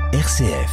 RCF.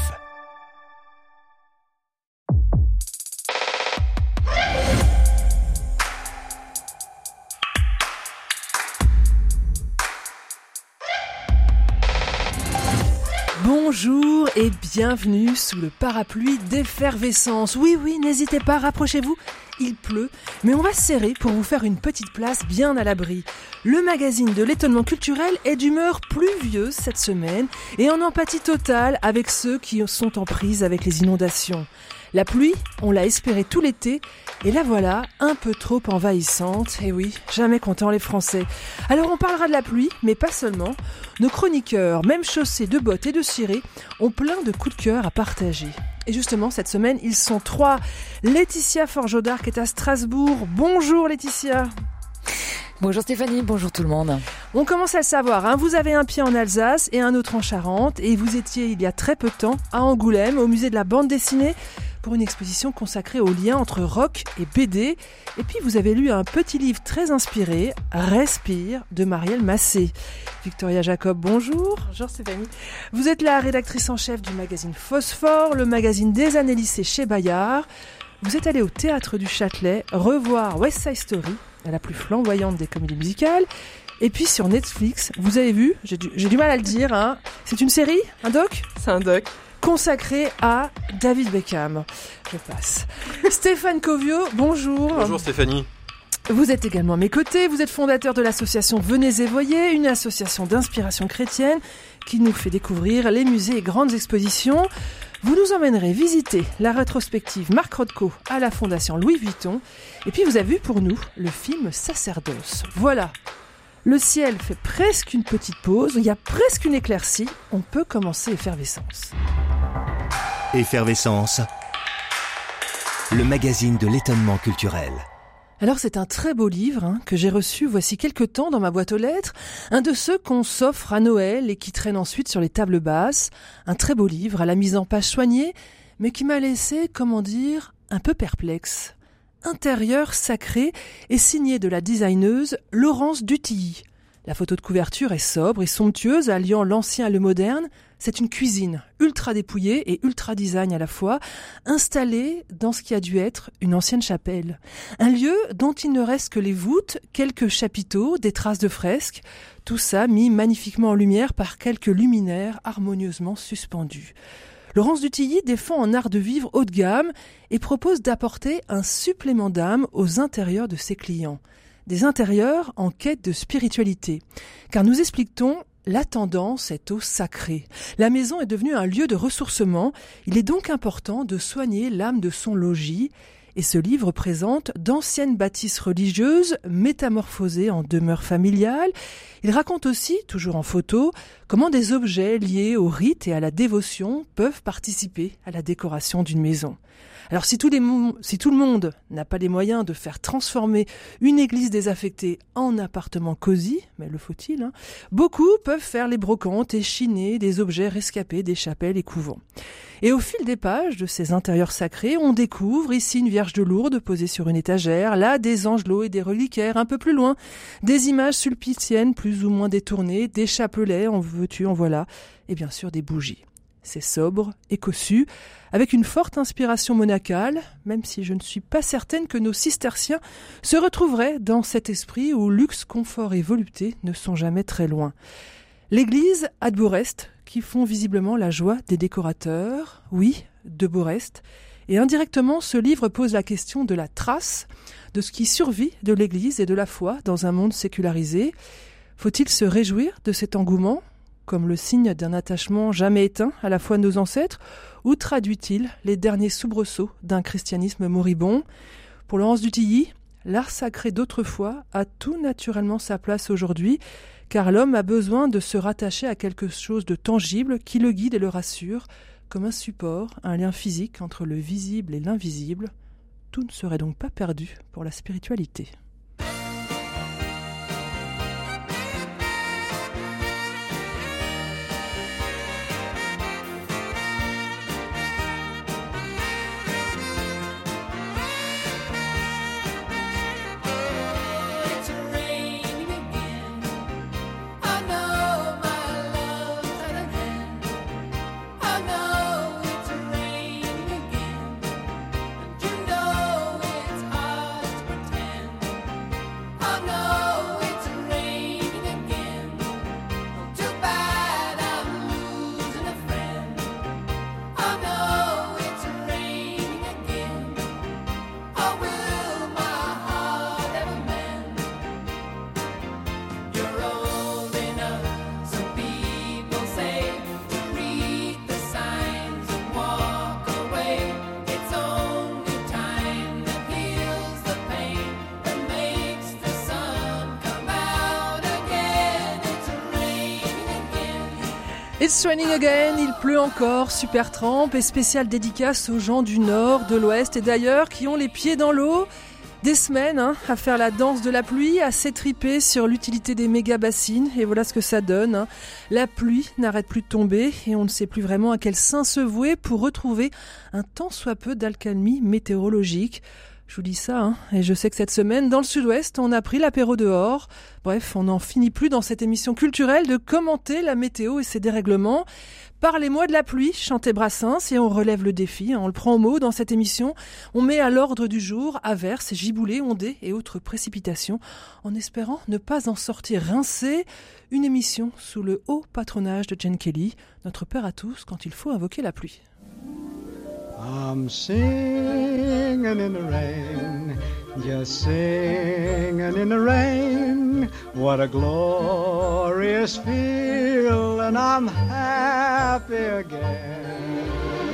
Bonjour et bienvenue sous le parapluie d'effervescence. Oui, n'hésitez pas, rapprochez-vous, il pleut, mais on va serrer pour vous faire une petite place bien à l'abri. Le magazine de l'étonnement culturel est d'humeur pluvieuse cette semaine et en empathie totale avec ceux qui sont en prise avec les inondations. La pluie, on l'a espérée tout l'été, et la voilà un peu trop envahissante. Et oui, jamais content les Français. Alors on parlera de la pluie, mais pas seulement. Nos chroniqueurs, même chaussés de bottes et de cirés, ont plein de coups de cœur à partager. Et justement, cette semaine, ils sont 3. Laetitia Forgeaud-d'Arc est à Strasbourg. Bonjour Laetitia. Bonjour Stéphanie, bonjour tout le monde. On commence à le savoir, vous avez un pied en Alsace et un autre en Charente, et vous étiez il y a très peu de temps à Angoulême, au musée de la bande dessinée, pour une exposition consacrée au lien entre rock et BD. Et puis vous avez lu un petit livre très inspiré, Respire, de Marielle Massé. Victoria Jacob, bonjour. Bonjour Stéphanie. Vous êtes la rédactrice en chef du magazine Phosphore, le magazine des années lycée chez Bayard. Vous êtes allée au Théâtre du Châtelet revoir West Side Story, la plus flamboyante des comédies musicales. Et puis sur Netflix, vous avez vu, j'ai du mal à le dire, c'est une série, un doc ? C'est un doc. Consacré à David Beckham. Je passe. Stéphane Covio, bonjour. Bonjour Stéphanie. Vous êtes également à mes côtés, vous êtes fondateur de l'association Venez et Voyez, une association d'inspiration chrétienne qui nous fait découvrir les musées et grandes expositions. Vous nous emmènerez visiter la rétrospective Marc Rothko à la Fondation Louis Vuitton. Et puis vous avez vu pour nous le film Sacerdoce. Voilà. Le ciel fait presque une petite pause, il y a presque une éclaircie, on peut commencer Effervescence. Effervescence, le magazine de l'étonnement culturel. Alors c'est un très beau livre que j'ai reçu voici quelques temps dans ma boîte aux lettres, un de ceux qu'on s'offre à Noël et qui traîne ensuite sur les tables basses, un très beau livre à la mise en page soignée, mais qui m'a laissé, un peu perplexe. Intérieur sacré est signé de la designeuse Laurence Dutilly. La photo de couverture est sobre et somptueuse, alliant l'ancien et le moderne. C'est une cuisine ultra dépouillée et ultra design à la fois, installée dans ce qui a dû être une ancienne chapelle. Un lieu dont il ne reste que les voûtes, quelques chapiteaux, des traces de fresques, tout ça mis magnifiquement en lumière par quelques luminaires harmonieusement suspendus. Laurence Dutilly défend un art de vivre haut de gamme et propose d'apporter un supplément d'âme aux intérieurs de ses clients. Des intérieurs en quête de spiritualité. Car nous explique-t-on, la tendance est au sacré. La maison est devenue un lieu de ressourcement. Il est donc important de soigner l'âme de son logis. Et ce livre présente d'anciennes bâtisses religieuses métamorphosées en demeures familiales. Il raconte aussi, toujours en photo, comment des objets liés au rite et à la dévotion peuvent participer à la décoration d'une maison. Alors si tout le monde n'a pas les moyens de faire transformer une église désaffectée en appartement cosy, mais le faut-il, beaucoup peuvent faire les brocantes et chiner des objets rescapés des chapelles et couvents. Et au fil des pages de ces intérieurs sacrés, on découvre ici une Vierge de Lourdes posée sur une étagère, là des angelots et des reliquaires un peu plus loin, des images sulpiciennes plus ou moins détournées, des chapelets, en veux-tu, en voilà, et bien sûr des bougies. C'est sobre et cossu, avec une forte inspiration monacale, même si je ne suis pas certaine que nos cisterciens se retrouveraient dans cet esprit où luxe, confort et volupté ne sont jamais très loin. L'église a de beaux restes qui font visiblement la joie des décorateurs, oui, de beaux restes, et indirectement ce livre pose la question de la trace, de ce qui survit de l'église et de la foi dans un monde sécularisé. Faut-il se réjouir de cet engouement comme le signe d'un attachement jamais éteint à la foi de nos ancêtres, ou traduit-il les derniers soubresauts d'un christianisme moribond ? Pour Laurence Dutilly, l'art sacré d'autrefois a tout naturellement sa place aujourd'hui, car l'homme a besoin de se rattacher à quelque chose de tangible qui le guide et le rassure, comme un support, un lien physique entre le visible et l'invisible. Tout ne serait donc pas perdu pour la spiritualité. I know my love had an end. I know It's raining again, il pleut encore, super trempe et spéciale dédicace aux gens du nord, de l'ouest et d'ailleurs qui ont les pieds dans l'eau. Des semaines à faire la danse de la pluie, à s'étriper sur l'utilité des méga-bassines et voilà ce que ça donne. La pluie n'arrête plus de tomber et on ne sait plus vraiment à quel saint se vouer pour retrouver un tant soit peu d'alcalmie météorologique. Je vous dis ça, et je sais que cette semaine, dans le sud-ouest, on a pris l'apéro dehors. Bref, on n'en finit plus dans cette émission culturelle de commenter la météo et ses dérèglements. Parlez-moi de la pluie, chantait Brassens, et on relève le défi, on le prend au mot dans cette émission. On met à l'ordre du jour averses, giboulées, ondées et autres précipitations, en espérant ne pas en sortir rincé. Une émission sous le haut patronage de Jen Kelly, notre père à tous quand il faut invoquer la pluie. I'm singing in the rain, just singing in the rain. What a glorious feeling, I'm happy again.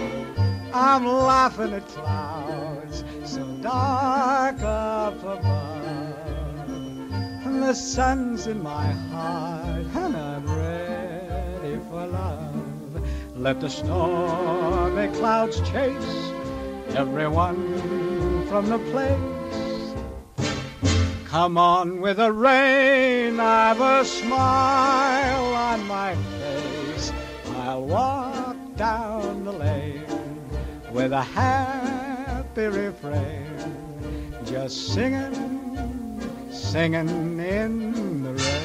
I'm laughing at clouds so dark up above, and the sun's in my heart, and I'm ready for love. Let the stormy clouds chase everyone from the place. Come on with the rain, I've a smile on my face. I'll walk down the lane with a happy refrain, just singing, singing in the rain.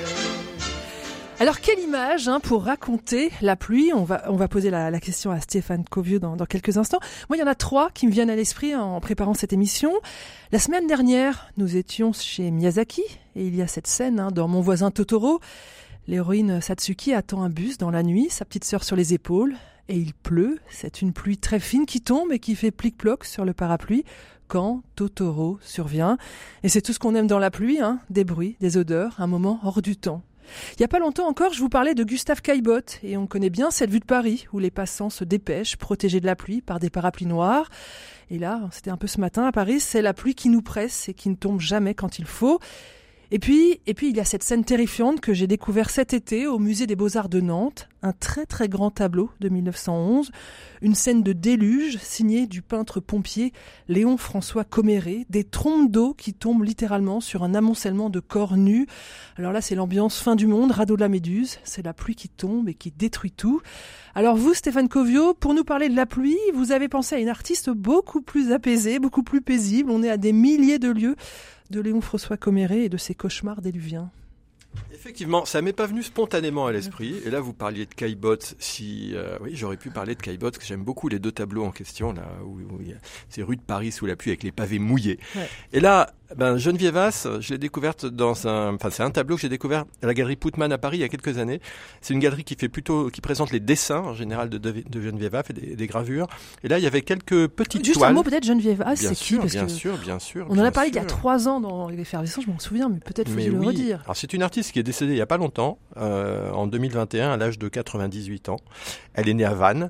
Alors quelle image pour raconter la pluie. On va poser la question à Stéphane Covieux dans quelques instants. Moi, il y en a 3 qui me viennent à l'esprit en préparant cette émission. La semaine dernière, nous étions chez Miyazaki et il y a cette scène dans Mon voisin Totoro. L'héroïne Satsuki attend un bus dans la nuit, sa petite sœur sur les épaules et il pleut. C'est une pluie très fine qui tombe et qui fait plic-ploc sur le parapluie quand Totoro survient. Et c'est tout ce qu'on aime dans la pluie, des bruits, des odeurs, un moment hors du temps. Il n'y a pas longtemps encore, je vous parlais de Gustave Caillebotte et on connaît bien cette vue de Paris où les passants se dépêchent, protégés de la pluie par des parapluies noirs. Et là, c'était un peu ce matin à Paris, c'est la pluie qui nous presse et qui ne tombe jamais quand il faut. Et puis, il y a cette scène terrifiante que j'ai découvert cet été au Musée des Beaux-Arts de Nantes, un très très grand tableau de 1911, une scène de déluge signée du peintre pompier Léon-François Coméré, des trompes d'eau qui tombent littéralement sur un amoncellement de corps nus. Alors là, c'est l'ambiance fin du monde, radeau de la Méduse, c'est la pluie qui tombe et qui détruit tout. Alors vous, Stéphane Covieux, pour nous parler de la pluie, vous avez pensé à une artiste beaucoup plus apaisée, beaucoup plus paisible, on est à des milliers de lieues de Léon-François Coméré et de ses cauchemars déluviens. Effectivement, ça m'est pas venu spontanément à l'esprit. Et là, vous parliez de Caillebotte. Oui, j'aurais pu parler de Caillebotte, parce que j'aime beaucoup les 2 tableaux en question, là, où il y a ces rues de Paris sous la pluie avec les pavés mouillés. Ouais. Et là, Geneviève As, je l'ai découverte c'est un tableau que j'ai découvert à la galerie Putman à Paris il y a quelques années. C'est une galerie qui présente les dessins, en général, de Geneviève As et des gravures. Et là, il y avait quelques petites toiles. Juste un mot, peut-être, Geneviève As, c'est qui? Bien sûr. On en a parlé il y a 3 ans dans l'effervescence, je m'en souviens, mais peut-être faut-il le redire. Alors, c'est une artiste qui est décédée il y a pas longtemps, en 2021, à l'âge de 98 ans. Elle est née à Vannes.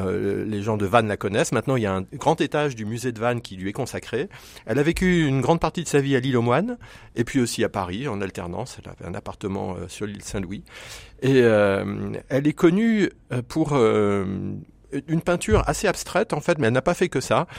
Les gens de Vannes la connaissent. Maintenant, il y a un grand étage du musée de Vannes qui lui est consacré. Elle a vécu une grande partie de sa vie à l'île aux Moines, et puis aussi à Paris, en alternance. Elle avait un appartement sur l'île Saint-Louis. Et elle est connue pour une peinture assez abstraite, en fait, mais elle n'a pas fait que ça.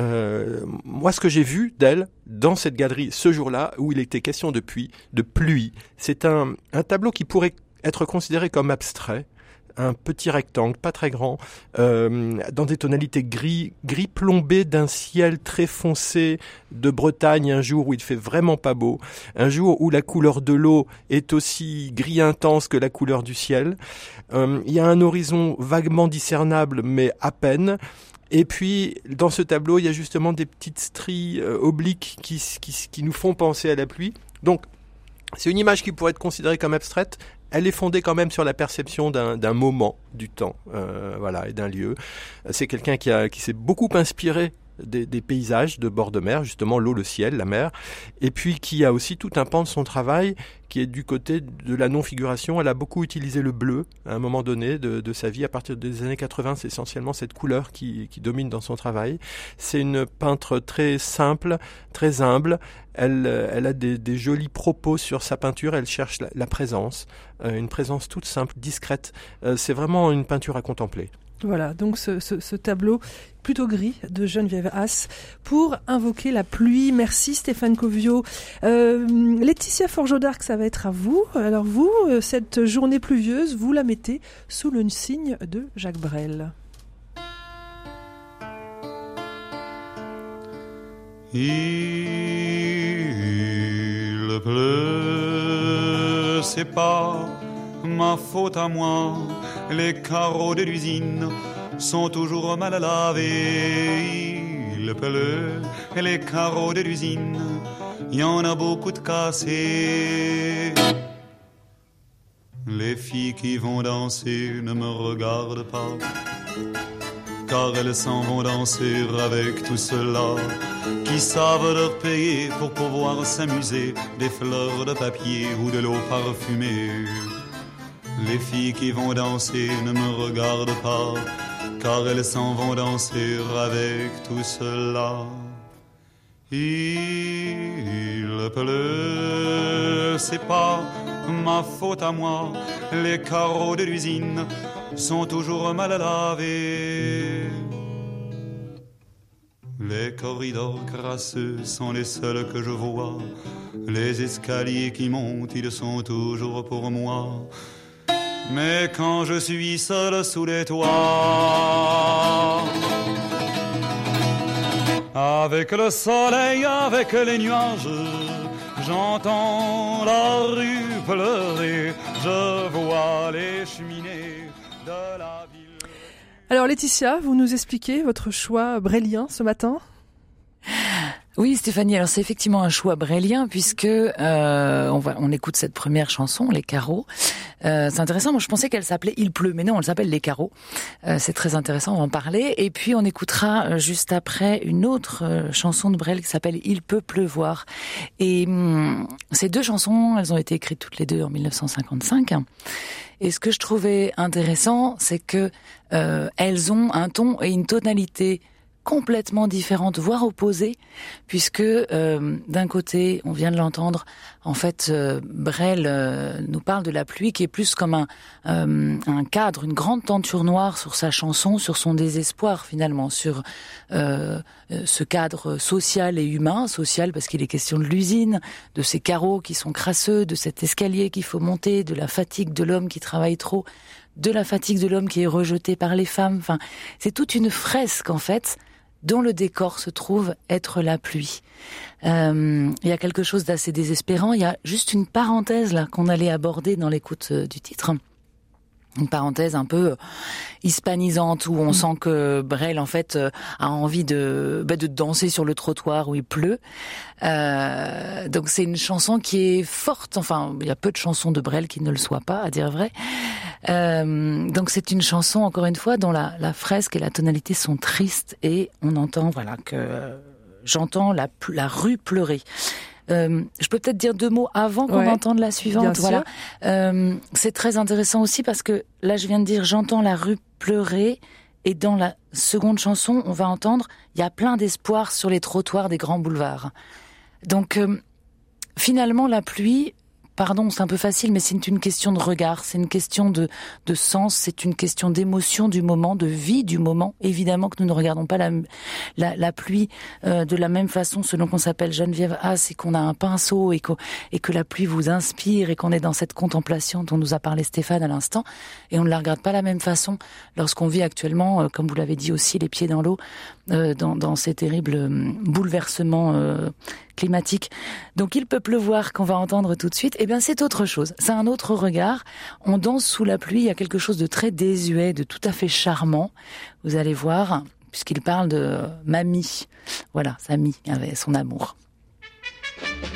Moi, ce que j'ai vu d'elle dans cette galerie ce jour-là, où il était question de pluie, c'est un tableau qui pourrait être considéré comme abstrait. Un petit rectangle, pas très grand, dans des tonalités gris plombé d'un ciel très foncé de Bretagne, un jour où il fait vraiment pas beau, un jour où la couleur de l'eau est aussi gris intense que la couleur du ciel. Il y a un horizon vaguement discernable, mais à peine. Et puis, dans ce tableau, il y a justement des petites stries obliques qui nous font penser à la pluie. Donc, c'est une image qui pourrait être considérée comme abstraite. Elle est fondée quand même sur la perception d'un moment du temps, et d'un lieu. C'est quelqu'un qui s'est beaucoup inspiré des paysages de bord de mer, justement l'eau, le ciel, la mer, et puis qui a aussi tout un pan de son travail qui est du côté de la non-figuration. Elle a beaucoup utilisé le bleu à un moment donné de sa vie. À partir des années 80, c'est essentiellement cette couleur qui domine dans son travail. C'est une peintre très simple, très humble. Elle a des jolis propos sur sa peinture. Elle cherche la présence, une présence toute simple, discrète. C'est vraiment une peinture à contempler. Voilà, donc ce tableau plutôt gris de Geneviève Haas pour invoquer la pluie. Merci Stéphane Covio. Laetitia Forgeot d'Arc, ça va être à vous. Alors vous, cette journée pluvieuse, vous la mettez sous le signe de Jacques Brel. Il pleut, c'est pas ma faute à moi, les carreaux de l'usine sont toujours mal lavés. Il pleut, les carreaux de l'usine, y en a beaucoup de cassés. Les filles qui vont danser ne me regardent pas, car elles s'en vont danser avec tout cela qui savent leur payer pour pouvoir s'amuser des fleurs de papier ou de l'eau parfumée. Les filles qui vont danser ne me regardent pas, car elles s'en vont danser avec tout cela. Il pleut, c'est pas ma faute à moi, les carreaux de l'usine sont toujours mal lavés. Les corridors crasseux sont les seuls que je vois, les escaliers qui montent, ils sont toujours pour moi. Mais quand je suis seul sous les toits, avec le soleil, avec les nuages, j'entends la rue pleurer, je vois les cheminées de la ville. Alors Laetitia, vous nous expliquez votre choix brélien ce matin ? Oui, Stéphanie, alors c'est effectivement un choix brélien puisque on écoute cette première chanson, Les Carreaux. C'est intéressant, moi je pensais qu'elle s'appelait Il pleut, mais non, elle s'appelle Les Carreaux. C'est très intéressant, on va en parler. Et puis on écoutera juste après une autre chanson de Brel qui s'appelle Il peut pleuvoir. Et ces deux chansons, elles ont été écrites toutes les deux en 1955. Et ce que je trouvais intéressant, c'est que elles ont un ton et une tonalité complètement différentes, voire opposées, puisque d'un côté, on vient de l'entendre, en fait, Brel nous parle de la pluie qui est plus comme un cadre, une grande tenture noire sur sa chanson, sur son désespoir finalement, sur ce cadre social et humain, social parce qu'il est question de l'usine, de ces carreaux qui sont crasseux, de cet escalier qu'il faut monter, de la fatigue de l'homme qui travaille trop, de la fatigue de l'homme qui est rejeté par les femmes. Enfin, c'est toute une fresque en fait, dont le décor se trouve être la pluie. Il y a quelque chose d'assez désespérant. Il y a juste une parenthèse là qu'on allait aborder dans l'écoute du titre. Une parenthèse un peu hispanisante où on sent que Brel en fait a envie de danser sur le trottoir où il pleut. Donc c'est une chanson qui est forte. Enfin, il y a peu de chansons de Brel qui ne le soient pas, à dire vrai. Donc c'est une chanson, encore une fois, dont la fresque et la tonalité sont tristes et on entend que j'entends la rue pleurer. Je peux peut-être dire deux mots avant qu'on entende la suivante. Voilà. C'est très intéressant aussi parce que là, je viens de dire j'entends la rue pleurer et dans la seconde chanson, on va entendre il y a plein d'espoir sur les trottoirs des grands boulevards. Donc finalement, la pluie, pardon, c'est un peu facile, mais c'est une question de regard, c'est une question de sens, c'est une question d'émotion du moment, de vie du moment. Évidemment que nous ne regardons pas la pluie de la même façon selon qu'on s'appelle Geneviève Haas et qu'on a un pinceau et que la pluie vous inspire et qu'on est dans cette contemplation dont nous a parlé Stéphane à l'instant. Et on ne la regarde pas de la même façon lorsqu'on vit actuellement, comme vous l'avez dit aussi, les pieds dans l'eau, dans ces terribles bouleversements climatique. Donc il peut pleuvoir qu'on va entendre tout de suite. Eh bien c'est autre chose, c'est un autre regard. On danse sous la pluie, il y a quelque chose de très désuet, de tout à fait charmant. Vous allez voir, puisqu'il parle de mamie. Voilà, sa mie avec son amour.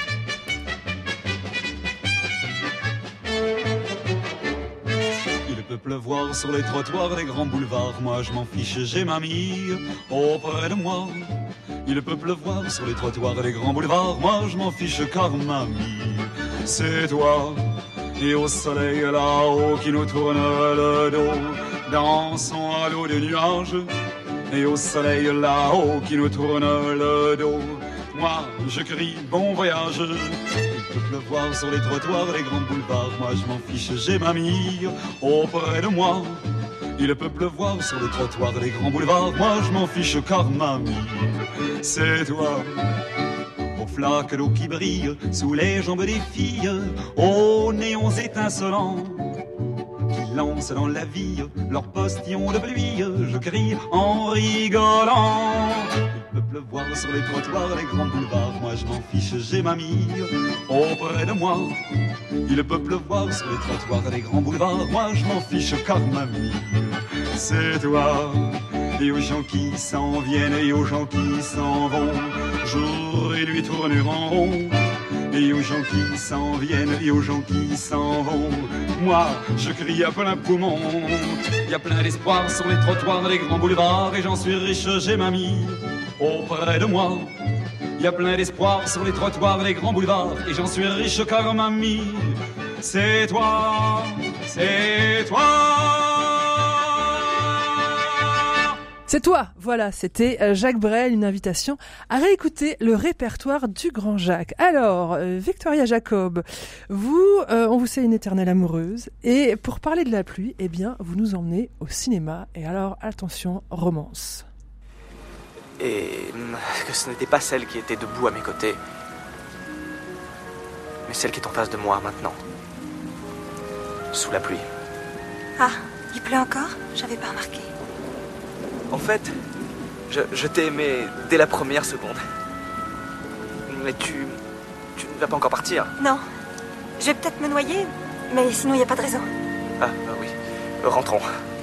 Il peut pleuvoir sur les trottoirs, les grands boulevards, moi je m'en fiche, j'ai mamie auprès de moi. Il peut pleuvoir sur les trottoirs et les grands boulevards, moi je m'en fiche car mamie, c'est toi. Et au soleil là-haut qui nous tourne le dos, dans son halo de nuages. Et au soleil là-haut qui nous tourne le dos, moi je crie bon voyage. Il peut pleuvoir sur les trottoirs, les grands boulevards, moi je m'en fiche, j'ai mamie auprès de moi. Il peut pleuvoir sur les trottoirs, les grands boulevards, moi je m'en fiche car mamie, c'est toi. Aux flaques d'eau qui brillent sous les jambes des filles, aux néons étincelants qui lancent dans la vie leurs postillons de pluie, je crie en rigolant. Il peut pleuvoir sur les trottoirs, les grands boulevards, moi je m'en fiche, j'ai mamie auprès de moi. Il peut pleuvoir sur les trottoirs, les grands boulevards, moi je m'en fiche car mamie, c'est toi. Et aux gens qui s'en viennent et aux gens qui s'en vont, jour et nuit tournent en rond. Et aux gens qui s'en viennent et aux gens qui s'en vont, moi je crie à plein poumon. Il y a plein d'espoir sur les trottoirs, les grands boulevards, et j'en suis riche, j'ai mamie auprès de moi. Il y a plein d'espoir sur les trottoirs, les grands boulevards, et j'en suis riche car mamie, c'est toi, c'est toi. C'est toi, voilà, c'était Jacques Brel, une invitation à réécouter le répertoire du Grand Jacques. Alors, Victoria Jacob, vous, on vous sait une éternelle amoureuse, et pour parler de la pluie, eh bien, vous nous emmenez au cinéma, et alors, attention, romance. Et que ce n'était pas celle qui était debout à mes côtés, mais celle qui est en face de moi maintenant, sous la pluie. Ah, il pleut encore? J'avais pas remarqué. En fait, je t'ai aimé dès la première seconde. Mais tu ne vas pas encore partir. Non, je vais peut-être me noyer, mais sinon il n'y a pas de raison. Ah, bah oui, rentrons.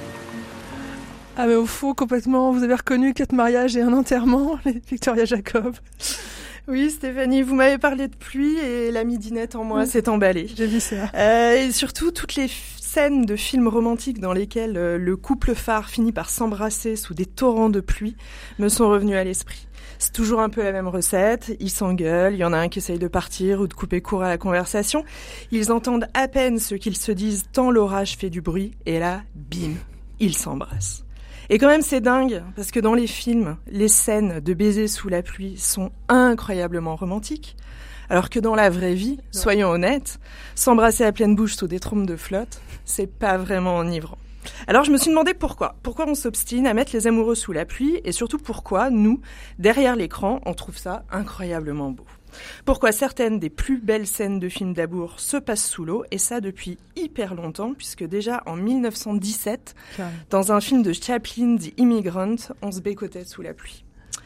Ah mais au fond, complètement, vous avez reconnu 4 mariages et un enterrement, Victoria Jacob. Oui, Stéphanie, vous m'avez parlé de pluie et la midinette en moi s'est emballée. J'ai vu ça. Et surtout, toutes les scènes de films romantiques dans lesquels le couple phare finit par s'embrasser sous des torrents de pluie me sont revenues à l'esprit. C'est toujours un peu la même recette, ils s'engueulent, il y en a un qui essaye de partir ou de couper court à la conversation. Ils entendent à peine ce qu'ils se disent tant l'orage fait du bruit, et là, bim, ils s'embrassent. Et quand même, c'est dingue, parce que dans les films, les scènes de baisers sous la pluie sont incroyablement romantiques. Alors que dans la vraie vie, soyons honnêtes, s'embrasser à pleine bouche sous des trompes de flotte, c'est pas vraiment enivrant. Alors je me suis demandé pourquoi on s'obstine à mettre les amoureux sous la pluie, et surtout pourquoi, nous, derrière l'écran, on trouve ça incroyablement beau. Pourquoi certaines des plus belles scènes de films d'amour se passent sous l'eau, et ça depuis hyper longtemps, puisque déjà en 1917, dans un film de Chaplin, The Immigrant, on se bécotait sous la pluie.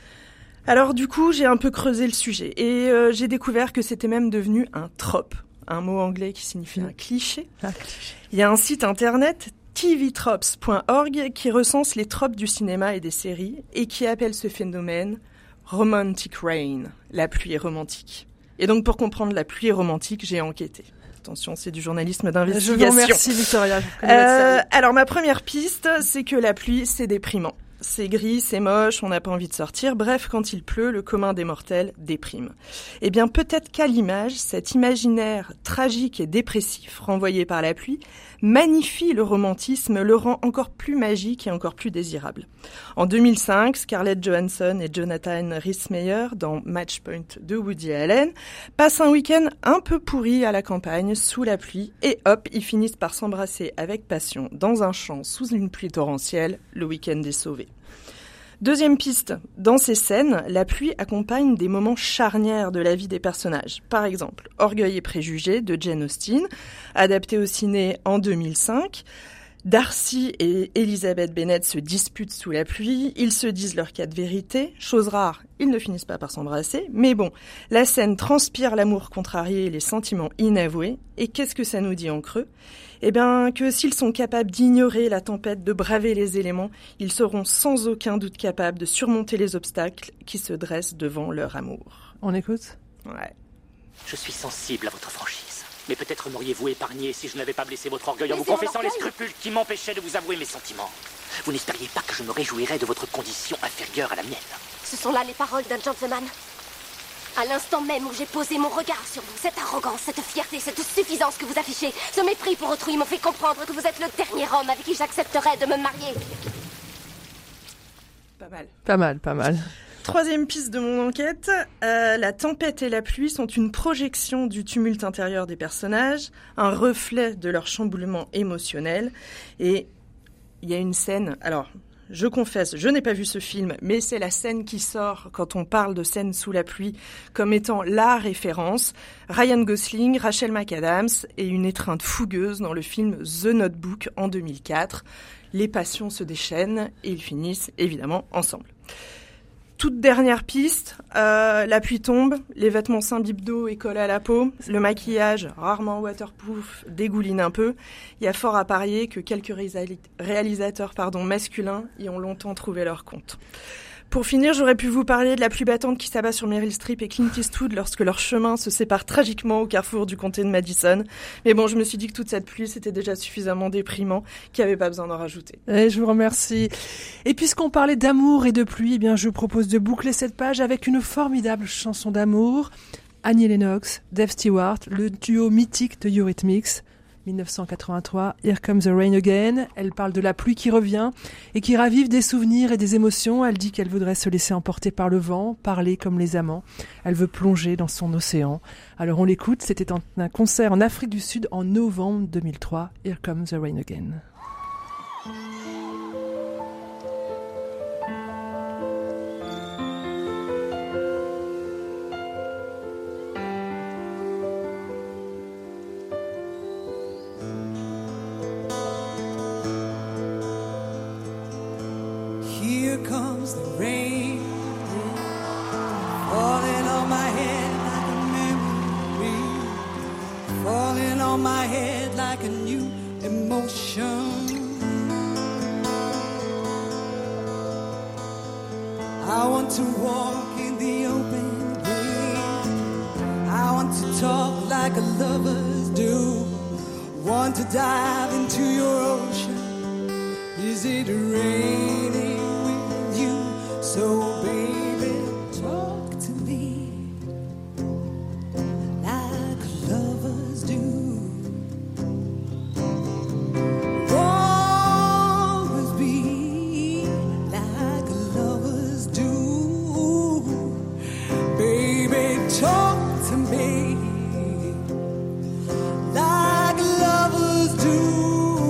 Alors du coup, j'ai un peu creusé le sujet, et j'ai découvert que c'était même devenu un trope, un mot anglais qui signifie un cliché. Il y a un site internet, tvtropes.org, qui recense les tropes du cinéma et des séries, et qui appelle ce phénomène Romantic Rain, la pluie romantique. Et donc pour comprendre la pluie romantique, j'ai enquêté. Attention, c'est du journalisme d'investigation. Je vous remercie, Victoria. Alors ma première piste, c'est que la pluie, c'est déprimant. C'est gris, c'est moche, on n'a pas envie de sortir. Bref, quand il pleut, le commun des mortels déprime. Eh bien, peut-être qu'à l'image, cet imaginaire tragique et dépressif renvoyé par la pluie magnifie le romantisme, le rend encore plus magique et encore plus désirable. En 2005, Scarlett Johansson et Jonathan Rhys-Meyers, dans Match Point de Woody Allen, passent un week-end un peu pourri à la campagne, sous la pluie, et hop, ils finissent par s'embrasser avec passion dans un champ sous une pluie torrentielle. Le week-end est sauvé. Deuxième piste, dans ces scènes, la pluie accompagne des moments charnières de la vie des personnages. Par exemple, Orgueil et préjugés de Jane Austen, adapté au ciné en 2005. Darcy et Elizabeth Bennet se disputent sous la pluie, ils se disent leur cas de vérité. Chose rare, ils ne finissent pas par s'embrasser. Mais bon, la scène transpire l'amour contrarié et les sentiments inavoués. Et qu'est-ce que ça nous dit en creux ? Eh bien, que s'ils sont capables d'ignorer la tempête, de braver les éléments, ils seront sans aucun doute capables de surmonter les obstacles qui se dressent devant leur amour. On écoute ? Ouais. Je suis sensible à votre franchise. Mais peut-être m'auriez-vous épargné si je n'avais pas blessé votre orgueil en vous confessant les scrupules qui m'empêchaient de vous avouer mes sentiments. Vous n'espériez pas que je me réjouirais de votre condition inférieure à la mienne. Ce sont là les paroles d'un gentleman. À l'instant même où j'ai posé mon regard sur vous, cette arrogance, cette fierté, cette suffisance que vous affichez, ce mépris pour autrui m'ont fait comprendre que vous êtes le dernier homme avec qui j'accepterais de me marier. Pas mal. Pas mal, pas mal. Troisième piste de mon enquête, la tempête et la pluie sont une projection du tumulte intérieur des personnages, un reflet de leur chamboulement émotionnel. Et il y a une scène, alors je confesse, je n'ai pas vu ce film, mais c'est la scène qui sort quand on parle de scène sous la pluie comme étant la référence. Ryan Gosling, Rachel McAdams et une étreinte fougueuse dans le film The Notebook en 2004. Les passions se déchaînent et ils finissent évidemment ensemble. Toute dernière piste, la pluie tombe, les vêtements s'imbibent d'eau et collent à la peau, le maquillage, rarement waterproof, dégouline un peu. Il y a fort à parier que quelques réalisateurs masculins y ont longtemps trouvé leur compte. Pour finir, j'aurais pu vous parler de la pluie battante qui s'abat sur Meryl Streep et Clint Eastwood lorsque leurs chemins se séparent tragiquement au carrefour du comté de Madison. Mais bon, je me suis dit que toute cette pluie, c'était déjà suffisamment déprimant qu'il n'y avait pas besoin d'en rajouter. Et je vous remercie. Et puisqu'on parlait d'amour et de pluie, eh bien, je propose de boucler cette page avec une formidable chanson d'amour. Annie Lennox, Dave Stewart, le duo mythique de Eurythmics. 1983, Here Comes the Rain Again. Elle parle de la pluie qui revient et qui ravive des souvenirs et des émotions. Elle dit qu'elle voudrait se laisser emporter par le vent, parler comme les amants. Elle veut plonger dans son océan. Alors on l'écoute, c'était un concert en Afrique du Sud en novembre 2003. Here Comes the Rain Again. Here comes the rain, falling on my head like a memory, falling on my head like a new emotion. I want to walk in the open rain, I want to talk like lovers do, want to dive into your ocean. Is it raining? So baby, talk to me like lovers do. Always be like lovers do. Baby, talk to me like lovers do.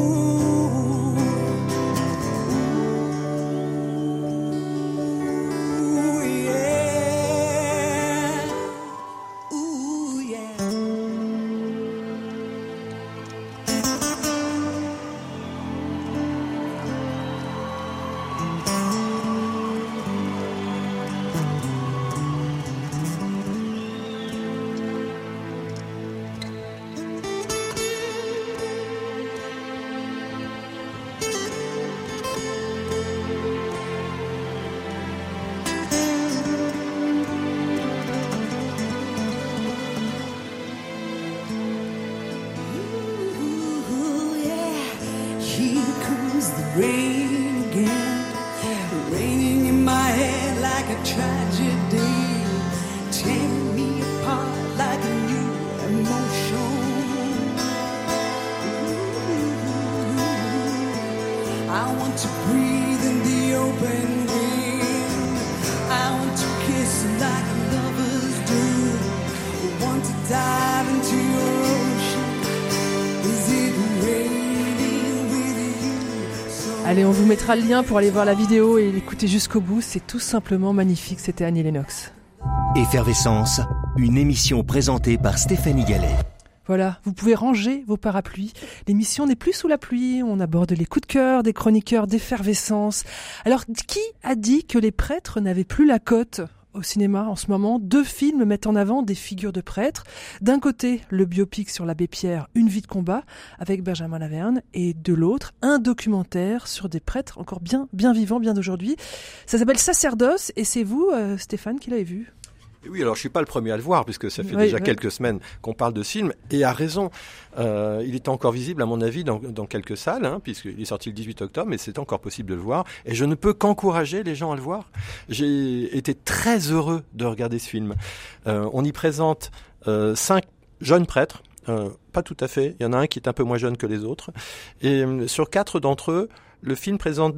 Rain again, raining in my head like a tragedy, tearing me apart like a new emotion. I want to breathe in the open wind, I want to kiss like lovers do, I want to dive into your ocean. Is it raining? Allez, on vous mettra le lien pour aller voir la vidéo et l'écouter jusqu'au bout. C'est tout simplement magnifique. C'était Annie Lennox. Effervescence, une émission présentée par Stéphanie Gallet. Voilà, vous pouvez ranger vos parapluies. L'émission n'est plus sous la pluie. On aborde les coups de cœur des chroniqueurs d'effervescence. Alors, qui a dit que les prêtres n'avaient plus la cote ? Au cinéma, en ce moment, 2 films mettent en avant des figures de prêtres. D'un côté, le biopic sur l'abbé Pierre, Une vie de combat, avec Benjamin Laverne, et de l'autre, un documentaire sur des prêtres encore bien vivants, bien d'aujourd'hui. Ça s'appelle Sacerdoce, et c'est vous, Stéphane, qui l'avez vu ? Oui, alors je suis pas le premier à le voir, puisque ça fait déjà quelques semaines qu'on parle de ce film, et à raison. Il est encore visible, à mon avis, dans quelques salles, puisqu'il est sorti le 18 octobre, mais c'est encore possible de le voir, et je ne peux qu'encourager les gens à le voir. J'ai été très heureux de regarder ce film. On y présente 5 jeunes prêtres, pas tout à fait, il y en a un qui est un peu moins jeune que les autres, et sur 4 d'entre eux, le film présente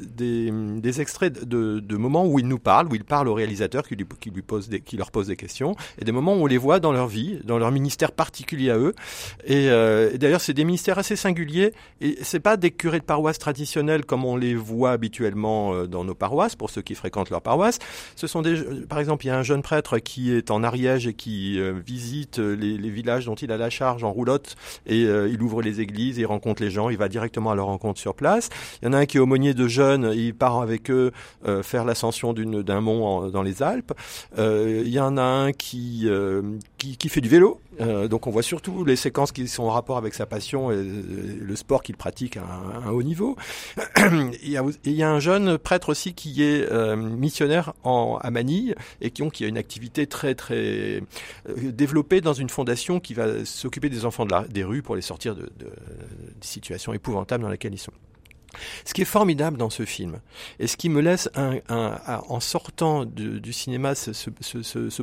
des extraits de moments où ils nous parlent, où ils parlent au réalisateur qui leur pose des questions, et des moments où on les voit dans leur vie, dans leur ministère particulier à eux. Et d'ailleurs, c'est des ministères assez singuliers, et c'est pas des curés de paroisse traditionnels comme on les voit habituellement dans nos paroisses, pour ceux qui fréquentent leur paroisse. Ce sont par exemple, il y a un jeune prêtre qui est en Ariège et qui visite les villages dont il a la charge en roulotte, et il ouvre les églises, il rencontre les gens, il va directement à leur rencontre sur place. Il y en a un qui est aumônier de jeunes, il part avec eux faire l'ascension d'un mont dans les Alpes. Il y en a un qui fait du vélo. Donc on voit surtout les séquences qui sont en rapport avec sa passion et le sport qu'il pratique à un haut niveau. Il y a un jeune prêtre aussi qui est missionnaire à Manille et qui a une activité très très développée dans une fondation qui va s'occuper des enfants des rues pour les sortir des situations épouvantables dans lesquelles ils sont. Ce qui est formidable dans ce film, et ce qui me laisse en sortant du cinéma ce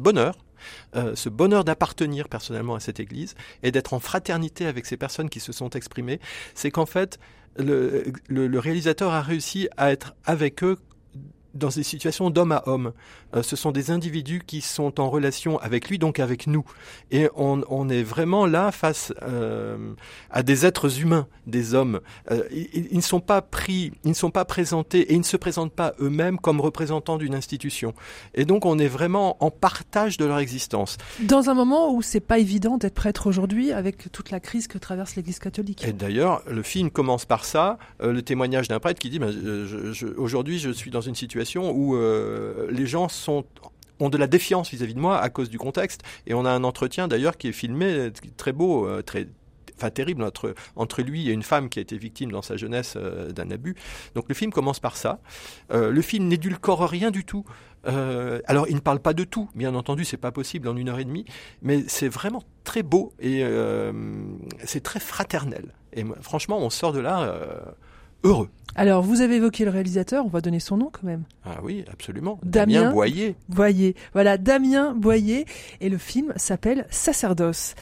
bonheur d'appartenir personnellement à cette église et d'être en fraternité avec ces personnes qui se sont exprimées, c'est qu'en fait, le réalisateur a réussi à être avec eux dans des situations d'homme à homme. Ce sont des individus qui sont en relation avec lui, donc avec nous. Et on est vraiment là face à des êtres humains, des hommes. Ils ne sont pas présentés, et ils ne se présentent pas eux-mêmes comme représentants d'une institution. Et donc on est vraiment en partage de leur existence. Dans un moment où c'est pas évident d'être prêtre aujourd'hui, avec toute la crise que traverse l'Église catholique. Et d'ailleurs, le film commence par ça, le témoignage d'un prêtre qui dit aujourd'hui je suis dans une situation où les gens ont de la défiance vis-à-vis de moi à cause du contexte, et on a un entretien d'ailleurs qui est filmé, très beau, terrible entre lui et une femme qui a été victime dans sa jeunesse d'un abus. Donc le film commence par ça. Le film n'édulcore rien du tout. Alors il ne parle pas de tout, bien entendu, c'est pas possible en 1h30, mais c'est vraiment très beau et c'est très fraternel. Et franchement, on sort de là heureux. Alors, vous avez évoqué le réalisateur, on va donner son nom quand même. Ah oui, absolument. Damien Boyer. Voilà, Damien Boyer. Et le film s'appelle Sacerdoce.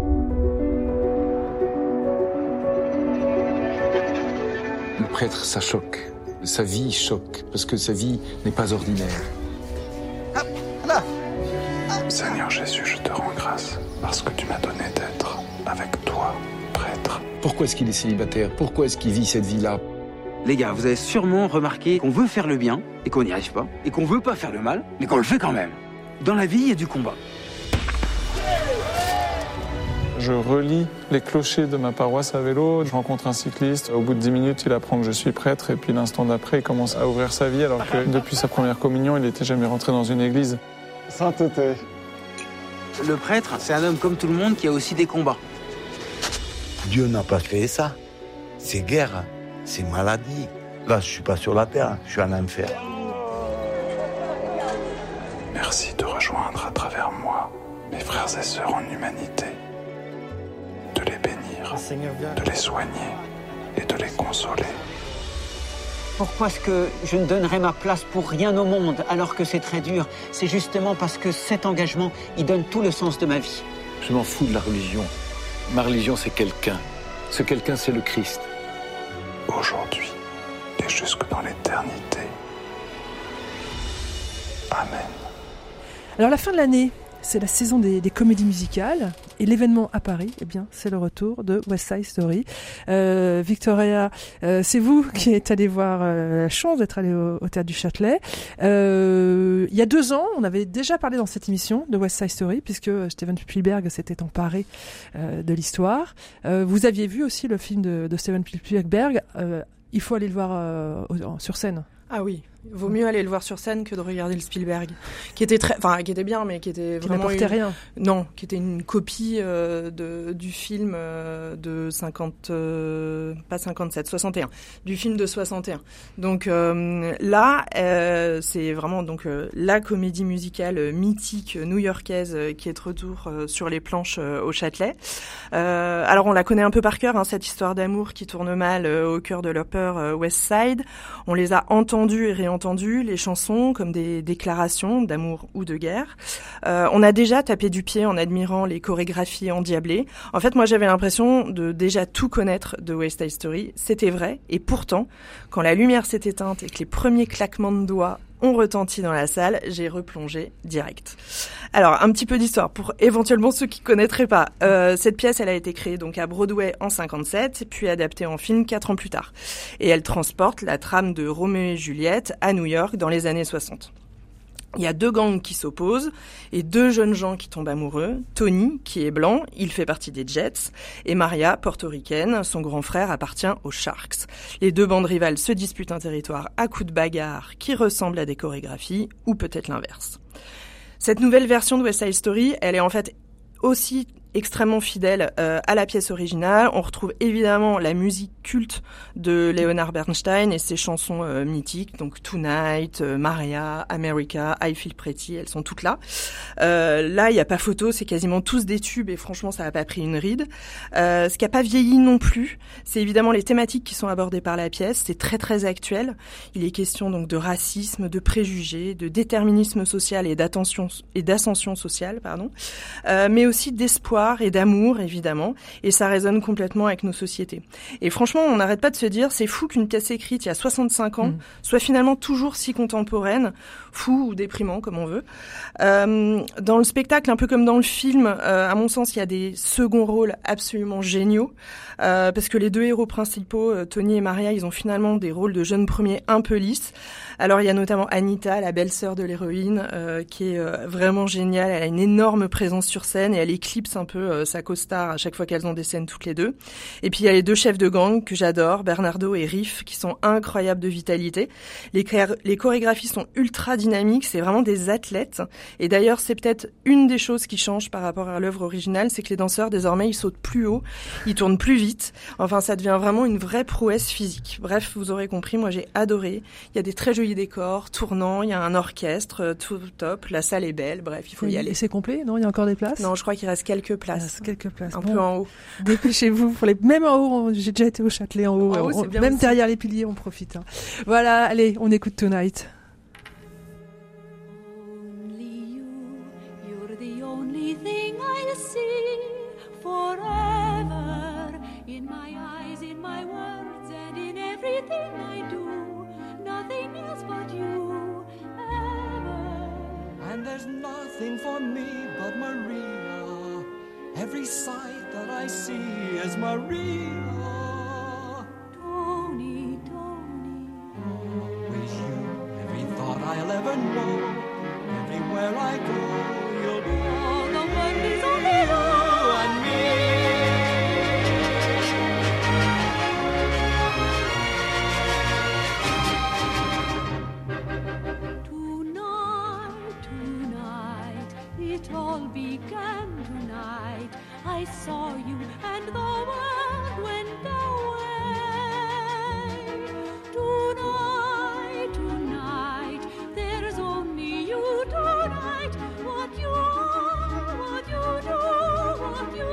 Le prêtre, ça choque. Sa vie choque, parce que sa vie n'est pas ordinaire. Seigneur Jésus, je te rends grâce, parce que tu m'as donné d'être avec toi, prêtre. Pourquoi est-ce qu'il est célibataire? Pourquoi est-ce qu'il vit cette vie-là? Les gars, vous avez sûrement remarqué qu'on veut faire le bien et qu'on n'y arrive pas, et qu'on veut pas faire le mal, mais qu'on le fait quand même. Dans la vie, il y a du combat. Je relie les clochers de ma paroisse à vélo, je rencontre un cycliste, au bout de 10 minutes, il apprend que je suis prêtre, et puis l'instant d'après, il commence à ouvrir sa vie, alors que depuis sa première communion, il n'était jamais rentré dans une église. Sainteté. Le prêtre, c'est un homme comme tout le monde qui a aussi des combats. Dieu n'a pas fait ça. C'est guerre, c'est maladie. Là, je suis pas sur la terre, je suis en enfer. Merci de rejoindre à travers moi mes frères et sœurs en humanité, de les bénir, de les soigner et de les consoler. Pourquoi est-ce que je ne donnerais ma place pour rien au monde alors que c'est très dur? C'est justement parce que cet engagement, il donne tout le sens de ma vie. Je m'en fous de la religion. Ma religion, c'est quelqu'un. Ce quelqu'un, c'est le Christ. Aujourd'hui et jusque dans l'éternité. Amen. Alors la fin de l'année, c'est la saison des comédies musicales, et l'événement à Paris, eh bien, c'est le retour de West Side Story. Victoria, c'est vous qui êtes allée voir la chance d'être allée au Théâtre du Châtelet. Il y a 2 ans, on avait déjà parlé dans cette émission de West Side Story, puisque Steven Spielberg s'était emparé de l'histoire. Vous aviez vu aussi le film de Steven Spielberg. Il faut aller le voir sur scène. Ah oui, vaut mieux aller le voir sur scène que de regarder le Spielberg, qui était qui était bien, mais qui était qui vraiment n'apportait rien. Non, qui était une copie du film de 61, du film de 61. Donc là, c'est vraiment la comédie musicale mythique new-yorkaise qui est de retour sur les planches au Châtelet. Alors on la connaît un peu par cœur, cette histoire d'amour qui tourne mal au cœur de l'Upper West Side. On les a entendues et réentendues, les chansons, comme des déclarations d'amour ou de guerre. On a déjà tapé du pied en admirant les chorégraphies endiablées. En fait, moi, j'avais l'impression de déjà tout connaître de West Side Story. C'était vrai. Et pourtant, quand la lumière s'est éteinte et que les premiers claquements de doigts ont retenti dans la salle, j'ai replongé direct. Alors, un petit peu d'histoire pour éventuellement ceux qui connaîtraient pas. Cette pièce, elle a été créée donc à Broadway en 57, puis adaptée en film 4 ans plus tard. Et elle transporte la trame de Roméo et Juliette à New York dans les années 60. Il y a 2 gangs qui s'opposent et 2 jeunes gens qui tombent amoureux. Tony, qui est blanc, il fait partie des Jets, et Maria, portoricaine, son grand frère appartient aux Sharks. Les 2 bandes rivales se disputent un territoire à coups de bagarre qui ressemble à des chorégraphies, ou peut-être l'inverse. Cette nouvelle version de West Side Story, elle est en fait aussi extrêmement fidèle à la pièce originale. On retrouve évidemment la musique culte de Leonard Bernstein et ses chansons mythiques, donc Tonight, Maria, America, I Feel Pretty, elles sont toutes là. Là, il n'y a pas photo, c'est quasiment tous des tubes et franchement, ça n'a pas pris une ride. Ce qui n'a pas vieilli non plus, c'est évidemment les thématiques qui sont abordées par la pièce. C'est très très actuel. Il est question donc de racisme, de préjugés, de déterminisme social et d'ascension sociale, mais aussi d'espoir et d'amour, évidemment, et ça résonne complètement avec nos sociétés. Et franchement, on n'arrête pas de se dire, c'est fou qu'une pièce écrite il y a 65 ans soit finalement toujours si contemporaine, fou ou déprimant, comme on veut. Dans le spectacle, un peu comme dans le film, à mon sens, il y a des seconds rôles absolument géniaux, parce que les 2 héros principaux, Tony et Maria, ils ont finalement des rôles de jeunes premiers un peu lisses. Alors, il y a notamment Anita, la belle-sœur de l'héroïne, qui est vraiment géniale. Elle a une énorme présence sur scène et elle éclipse un peu sa co-star à chaque fois qu'elles ont des scènes toutes les 2. Et puis, il y a les 2 chefs de gang que j'adore, Bernardo et Riff, qui sont incroyables de vitalité. Les chorégraphies sont ultra dynamiques, c'est vraiment des athlètes. Et d'ailleurs, c'est peut-être une des choses qui change par rapport à l'œuvre originale, c'est que les danseurs, désormais, ils sautent plus haut, ils tournent plus vite. Enfin, ça devient vraiment une vraie prouesse physique. Bref, vous aurez compris, moi j'ai adoré. Il y a des très jolis décors, tournants, il y a un orchestre, tout top, la salle est belle, bref, il faut y aller. Et c'est complet, non? Il y a encore des places? Non, je crois qu'il reste quelques places. Un peu en haut. Dépêchez-vous, même en haut, j'ai déjà été au Châtelet en haut, même aussi. Derrière les piliers, on profite. Voilà, allez, on écoute Tonight. Forever in my eyes, in my words, and in everything I do. Nothing else but you, ever. And there's nothing for me but Maria. Every sight that I see is Maria. Tony, Tony. With you, every thought I'll ever know. Everywhere I go, you'll be. All the world is only you and me. It all began tonight. I saw you and the world went away. Tonight, tonight, there's only you tonight. What you are, what you do, what you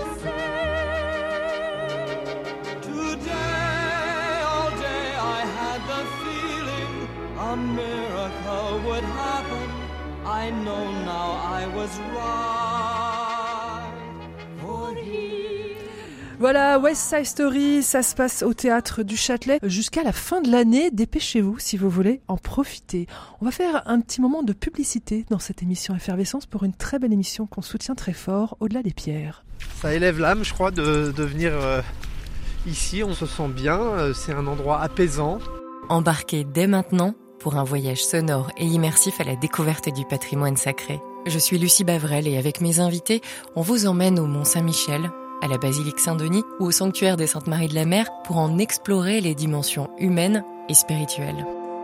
say. Today, all day I had the feeling a miracle would happen. I know now I was right. For he... Voilà, West Side Story, ça se passe au théâtre du Châtelet jusqu'à la fin de l'année. Dépêchez-vous si vous voulez en profiter. On va faire un petit moment de publicité dans cette émission Effervescence pour une très belle émission qu'on soutient très fort, Au-delà des pierres. Ça élève l'âme, je crois, de venir ici. On se sent bien, c'est un endroit apaisant. Embarquez dès maintenant pour un voyage sonore et immersif à la découverte du patrimoine sacré. Je suis Lucie Bavrel et avec mes invités, on vous emmène au Mont-Saint-Michel, à la basilique Saint-Denis ou au sanctuaire des Saintes Maries de la Mer pour en explorer les dimensions humaines et spirituelles.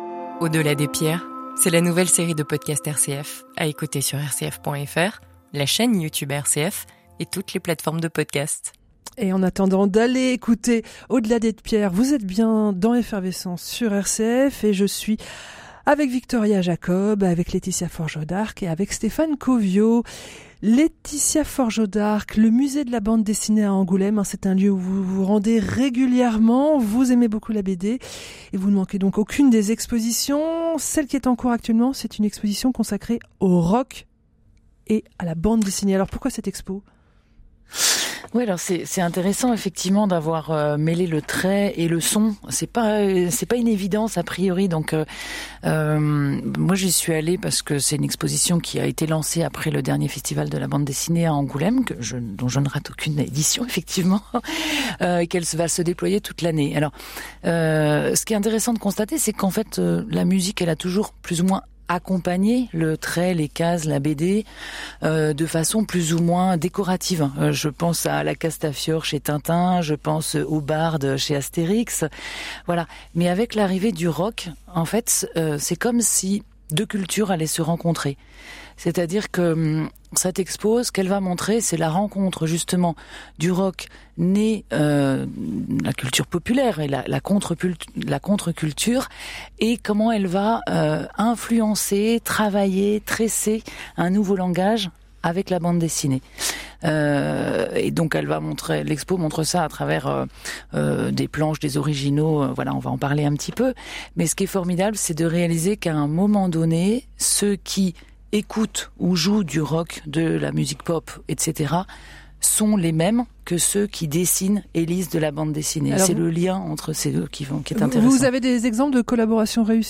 Au-delà des pierres, c'est la nouvelle série de podcasts RCF, à écouter sur rcf.fr, la chaîne YouTube RCF et toutes les plateformes de podcasts. Et en attendant d'aller écouter Au-delà des pierres, vous êtes bien dans Effervescence sur RCF et je suis avec Victoria Jacob, avec Laetitia Forgeot d'Arc et avec Stéphane Covio. Laetitia Forgeot d'Arc, le musée de la bande dessinée à Angoulême, c'est un lieu où vous vous rendez régulièrement, vous aimez beaucoup la BD et vous ne manquez donc aucune des expositions. Celle qui est en cours actuellement, c'est une exposition consacrée au rock et à la bande dessinée. Alors pourquoi cette expo ? Oui, alors c'est intéressant effectivement d'avoir mêlé le trait et le son. C'est pas une évidence a priori. Donc moi j'y suis allée parce que c'est une exposition qui a été lancée après le dernier festival de la bande dessinée à Angoulême, dont je ne rate aucune édition effectivement, et qu'elle va se déployer toute l'année. Alors ce qui est intéressant de constater, c'est qu'en fait la musique, elle a toujours plus ou moins accompagner le trait, les cases, la BD de façon plus ou moins décorative. Je pense à la Castafiore chez Tintin, je pense au Barde chez Astérix, voilà. Mais avec l'arrivée du rock, en fait, c'est comme si deux cultures allaient se rencontrer. C'est-à-dire que cette expo, ce qu'elle va montrer, c'est la rencontre justement du rock né la culture populaire et la contre-culture, et comment elle va influencer, travailler, tresser un nouveau langage avec la bande dessinée. Et donc elle va montrer, l'expo montre ça à travers des planches, des originaux, voilà, on va en parler un petit peu. Mais ce qui est formidable, c'est de réaliser qu'à un moment donné, ceux qui écoutent ou jouent du rock, de la musique pop, etc., sont les mêmes que ceux qui dessinent et lisent de la bande dessinée. Alors c'est le lien entre ces deux qui est intéressant. Vous avez des exemples de collaborations réussies ?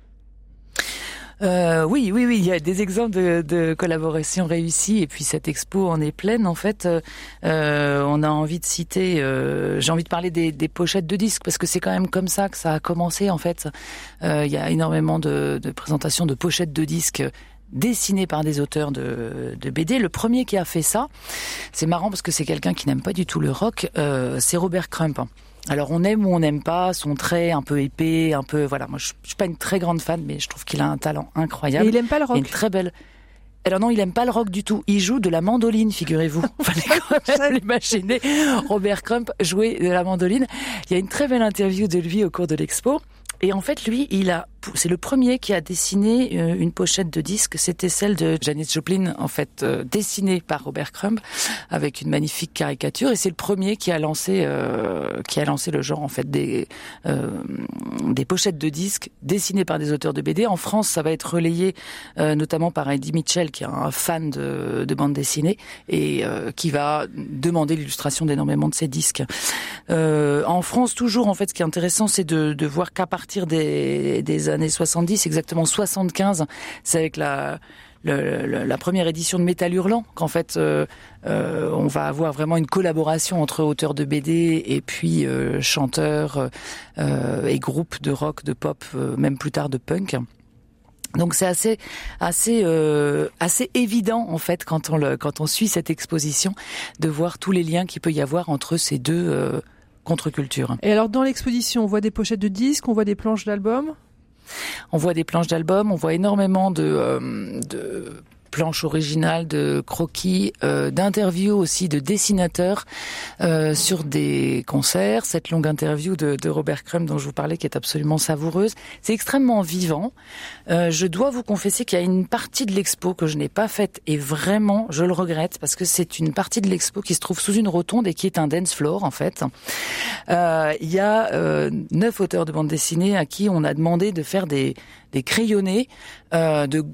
Oui, il y a des exemples de collaborations réussies, et puis cette expo en est pleine. En fait, on a envie de citer, j'ai envie de parler des pochettes de disques, parce que c'est quand même comme ça que ça a commencé. En fait, il y a énormément de présentations de pochettes de disques dessinées par des auteurs de BD. Le premier qui a fait ça, c'est marrant parce que c'est quelqu'un qui n'aime pas du tout le rock, c'est Robert Crump. Alors on aime ou on n'aime pas son trait un peu épais, un peu, voilà, moi je suis pas une très grande fan, mais je trouve qu'il a un talent incroyable. Et il aime pas le rock. Il a une très belle... Alors non, il aime pas le rock du tout. Il joue de la mandoline, figurez-vous. Fallait quand même l'imaginer. Robert Crump jouer de la mandoline. Il y a une très belle interview de lui au cours de l'expo. Et en fait, lui, c'est le premier qui a dessiné une pochette de disque. C'était celle de Janis Joplin, en fait, dessinée par Robert Crump, avec une magnifique caricature. Et c'est le premier qui a lancé le genre, en fait, des pochettes de disques dessinées par des auteurs de BD. En France, ça va être relayé, notamment par Eddie Mitchell, qui est un fan de bande dessinée, et qui va demander l'illustration d'énormément de ces disques. En France, toujours, en fait, ce qui est intéressant, c'est de voir qu'à partir des années 70, exactement 75, c'est avec la première édition de Métal Hurlant qu'en fait on va avoir vraiment une collaboration entre auteurs de BD et puis chanteurs et groupes de rock, de pop, même plus tard de punk. Donc c'est assez évident en fait quand on suit cette exposition de voir tous les liens qu'il peut y avoir entre ces deux contre-culture. Et alors dans l'exposition, on voit des pochettes de disques, on voit des planches d'albums ? On voit des planches d'albums, on voit énormément de planches originales, de croquis, d'interviews aussi de dessinateurs sur des concerts. Cette longue interview de Robert Crump dont je vous parlais qui est absolument savoureuse. C'est extrêmement vivant. Je dois vous confesser qu'il y a une partie de l'expo que je n'ai pas faite et vraiment je le regrette parce que c'est une partie de l'expo qui se trouve sous une rotonde et qui est un dance floor en fait. Il y a 9 auteurs de bande dessinée à qui on a demandé de faire des crayonnés de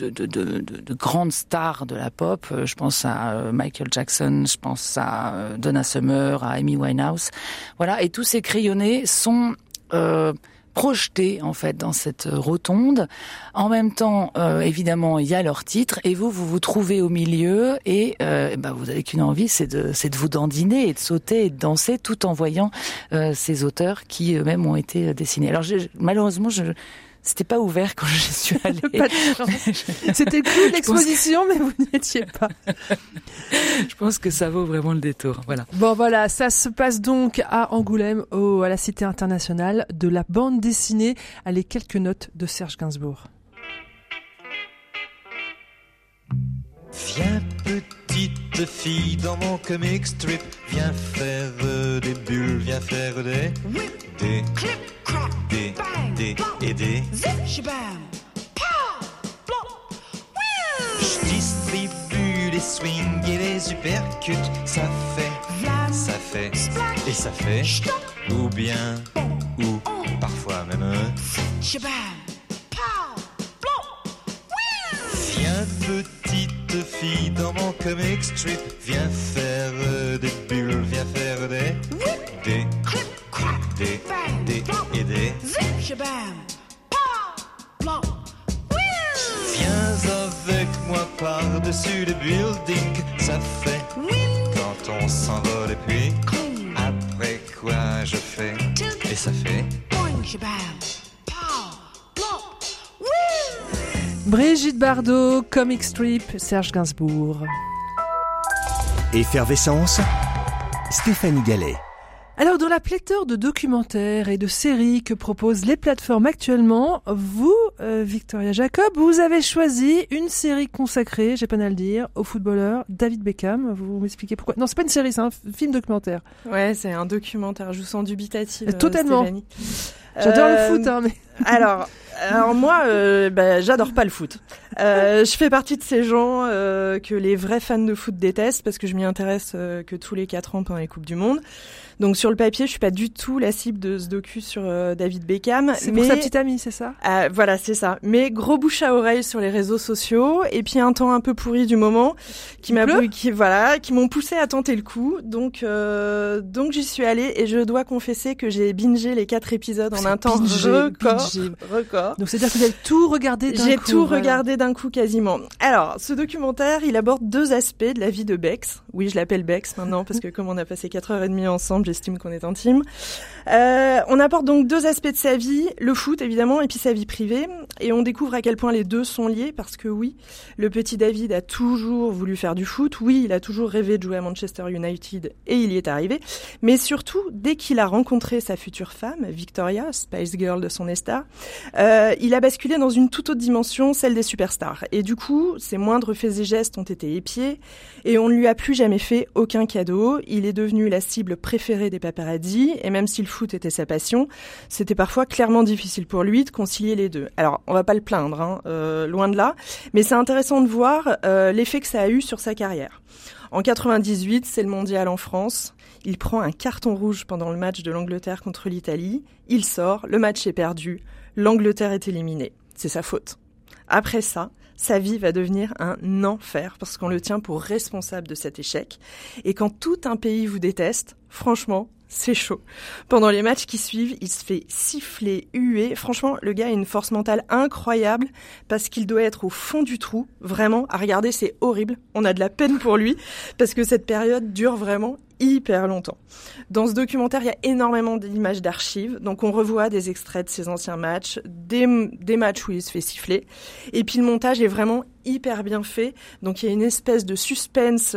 grandes stars de la pop. Je pense à Michael Jackson, je pense à Donna Summer, à Amy Winehouse. Voilà, et tous ces crayonnés sont projetés en fait dans cette rotonde. En même temps, évidemment, il y a leur titre et vous trouvez au milieu et vous avez qu'une envie, c'est de vous dandiner et de sauter et de danser tout en voyant ces auteurs qui eux-mêmes ont été dessinés. Alors malheureusement, C'était pas ouvert quand je suis allée. Pas de chance. C'était le clou de l'exposition, mais vous n'y étiez pas. Je pense que ça vaut vraiment le détour. Voilà. Bon, voilà, ça se passe donc à Angoulême, à la Cité internationale de la bande dessinée. Allez, quelques notes de Serge Gainsbourg. Viens petite fille dans mon comic strip, viens faire des bulles, viens faire des et des. Je distribue les swings et les uppercuts, ça fait et ça fait, ou bien ou parfois même. Viens petite fille dans mon comic strip, viens faire des bulles, viens faire des et des. Viens avec moi par-dessus le building, ça fait quand on s'envole et puis après quoi je fais et ça fait. Brigitte Bardot, Comic Strip, Serge Gainsbourg. Effervescence, Stéphanie Gallet. Alors, dans la pléthore de documentaires et de séries que proposent les plateformes actuellement, vous, Victoria Jacob, vous avez choisi une série consacrée, j'ai peine à le dire, au footballeur David Beckham. Vous m'expliquez pourquoi? Non, c'est pas une série, c'est un film documentaire. Ouais, c'est un documentaire, je vous sens dubitative. Totalement. Stéphanie. J'adore le foot, hein, mais... Alors moi, j'adore pas le foot. Je fais partie de ces gens que les vrais fans de foot détestent parce que je m'y intéresse que tous les 4 ans pendant les Coupes du Monde. Donc sur le papier, je suis pas du tout la cible de ce docu sur David Beckham. C'est pour sa petite amie, c'est ça? Voilà, c'est ça. Mais gros bouche à oreille sur les réseaux sociaux et puis un temps un peu pourri du moment qui m'ont poussé à tenter le coup. Donc j'y suis allée et je dois confesser que j'ai bingé les 4 épisodes en un temps record. Donc c'est-à-dire que vous avez tout regardé d'un coup. J'ai tout regardé d'un coup quasiment. Alors, ce documentaire, il aborde 2 aspects de la vie de Bex. Oui, je l'appelle Bex maintenant parce que comme on a passé 4h30 ensemble, j'estime qu'on est intime. On aborde donc 2 aspects de sa vie, le foot évidemment et puis sa vie privée. Et on découvre à quel point les deux sont liés parce que oui, le petit David a toujours voulu faire du foot. Oui, il a toujours rêvé de jouer à Manchester United et il y est arrivé. Mais surtout, dès qu'il a rencontré sa future femme, Victoria, Spice Girl de son Esta, il a basculé dans une toute autre dimension, celle des superstars. Et du coup, ses moindres faits et gestes ont été épiés et on ne lui a plus jamais fait aucun cadeau. Il est devenu la cible préférée des paparazzi et même si le foot était sa passion, c'était parfois clairement difficile pour lui de concilier les deux. Alors, on va pas le plaindre, loin de là, mais c'est intéressant de voir l'effet que ça a eu sur sa carrière. En 98, c'est le mondial en France. Il prend un carton rouge pendant le match de l'Angleterre contre l'Italie. Il sort, le match est perdu. L'Angleterre est éliminée. C'est sa faute. Après ça, sa vie va devenir un enfer parce qu'on le tient pour responsable de cet échec. Et quand tout un pays vous déteste, franchement, c'est chaud. Pendant les matchs qui suivent, il se fait siffler, huer. Franchement, le gars a une force mentale incroyable parce qu'il doit être au fond du trou. Vraiment, à regarder, c'est horrible. On a de la peine pour lui parce que cette période dure vraiment hyper longtemps. Dans ce documentaire, il y a énormément d'images d'archives. Donc, on revoit des extraits de ses anciens matchs, des matchs où il se fait siffler. Et puis, le montage est vraiment hyper bien fait. Donc, il y a une espèce de suspense,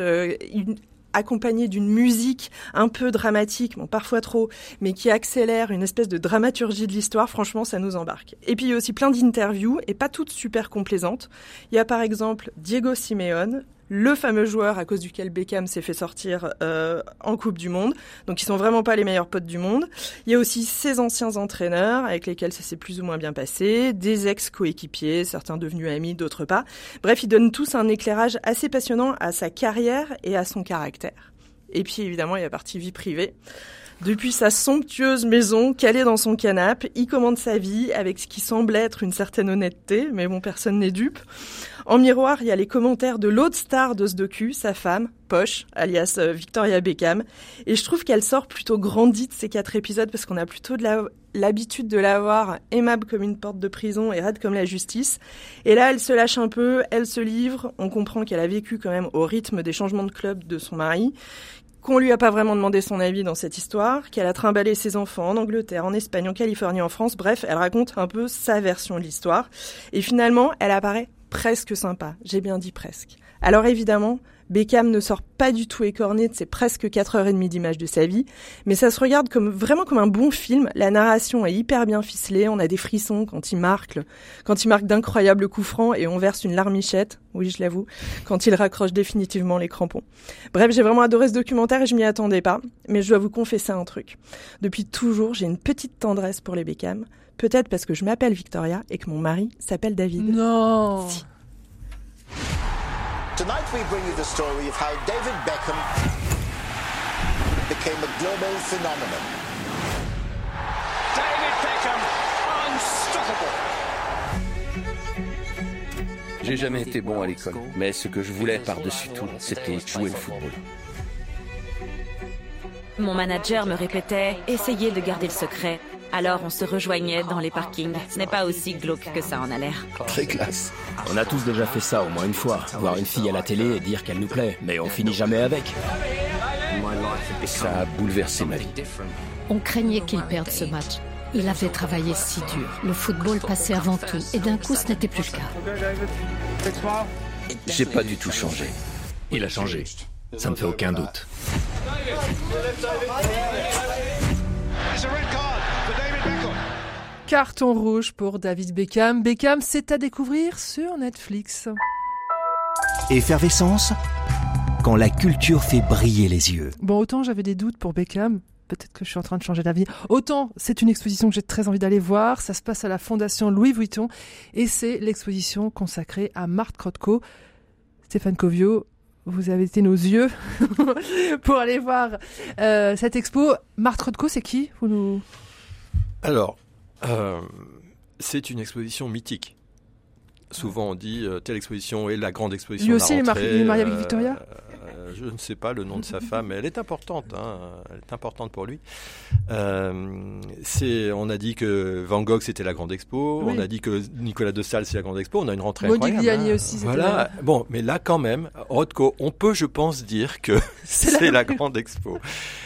accompagné d'une musique un peu dramatique, bon parfois trop, mais qui accélère une espèce de dramaturgie de l'histoire. Franchement, ça nous embarque. Et puis il y a aussi plein d'interviews, et pas toutes super complaisantes. Il y a par exemple Diego Simeone, le fameux joueur à cause duquel Beckham s'est fait sortir en Coupe du Monde. Donc ils sont vraiment pas les meilleurs potes du monde. Il y a aussi ses anciens entraîneurs avec lesquels ça s'est plus ou moins bien passé, des ex-coéquipiers, certains devenus amis, d'autres pas. Bref, ils donnent tous un éclairage assez passionnant à sa carrière et à son caractère. Et puis évidemment, il y a la partie vie privée. Depuis sa somptueuse maison, calé dans son canapé, il commande sa vie avec ce qui semble être une certaine honnêteté, mais bon, personne n'est dupe. En miroir, il y a les commentaires de l'autre star de ce docu, sa femme, Posh, alias Victoria Beckham. Et je trouve qu'elle sort plutôt grandie de ces 4 épisodes parce qu'on a plutôt l'habitude de la voir aimable comme une porte de prison et raide comme la justice. Et là, elle se lâche un peu, elle se livre. On comprend qu'elle a vécu quand même au rythme des changements de club de son mari, qu'on lui a pas vraiment demandé son avis dans cette histoire, qu'elle a trimballé ses enfants en Angleterre, en Espagne, en Californie, en France. Bref, elle raconte un peu sa version de l'histoire. Et finalement, elle apparaît presque sympa. J'ai bien dit presque. Alors évidemment, Beckham ne sort pas du tout écorné de ses presque 4h30 d'images de sa vie, mais ça se regarde vraiment comme un bon film. La narration est hyper bien ficelée, on a des frissons quand il marque d'incroyables coups francs et on verse une larmichette, oui je l'avoue, quand il raccroche définitivement les crampons. Bref, j'ai vraiment adoré ce documentaire et je m'y attendais pas, mais je dois vous confesser un truc. Depuis toujours, j'ai une petite tendresse pour les Beckham, peut-être parce que je m'appelle Victoria et que mon mari s'appelle David. Non. Si. Tonight we bring you the story of how David Beckham became a global phenomenon. David Beckham, unstoppable. J'ai jamais été bon à l'école, mais ce que je voulais par-dessus tout, c'était jouer le football. Mon manager me répétait « Essayez de garder le secret ». Alors on se rejoignait dans les parkings. Ce n'est pas aussi glauque que ça en a l'air. Très classe. On a tous déjà fait ça au moins une fois. Voir une fille à la télé et dire qu'elle nous plaît. Mais on finit jamais avec. Ça a bouleversé ma vie. On craignait qu'il perde ce match. Il avait travaillé si dur. Le football passait avant tout. Et d'un coup, ce n'était plus le cas. J'ai pas du tout changé. Il a changé. Ça ne fait aucun doute. Carton rouge pour David Beckham. Beckham, c'est à découvrir sur Netflix. Effervescence, quand la culture fait briller les yeux. Bon, autant j'avais des doutes pour Beckham, peut-être que je suis en train de changer d'avis. Autant c'est une exposition que j'ai très envie d'aller voir. Ça se passe à la Fondation Louis Vuitton et c'est l'exposition consacrée à Marthe Rothko. Stéphane Covio, vous avez été nos yeux pour aller voir cette expo. Marthe Rothko, c'est qui ? Alors, c'est une exposition mythique. Souvent on dit telle exposition est la grande exposition de la rentrée. Lui aussi, il est marié avec Victoria ? Je ne sais pas le nom de sa femme, mais elle est importante. Elle est importante pour lui. On a dit que Van Gogh c'était la grande expo. Oui. On a dit que Nicolas de Sales c'est la grande expo. On a une rentrée incroyable. Modigliani aussi. Voilà. Bon, mais là quand même, Rothko, on peut, je pense, dire que c'est la grande expo.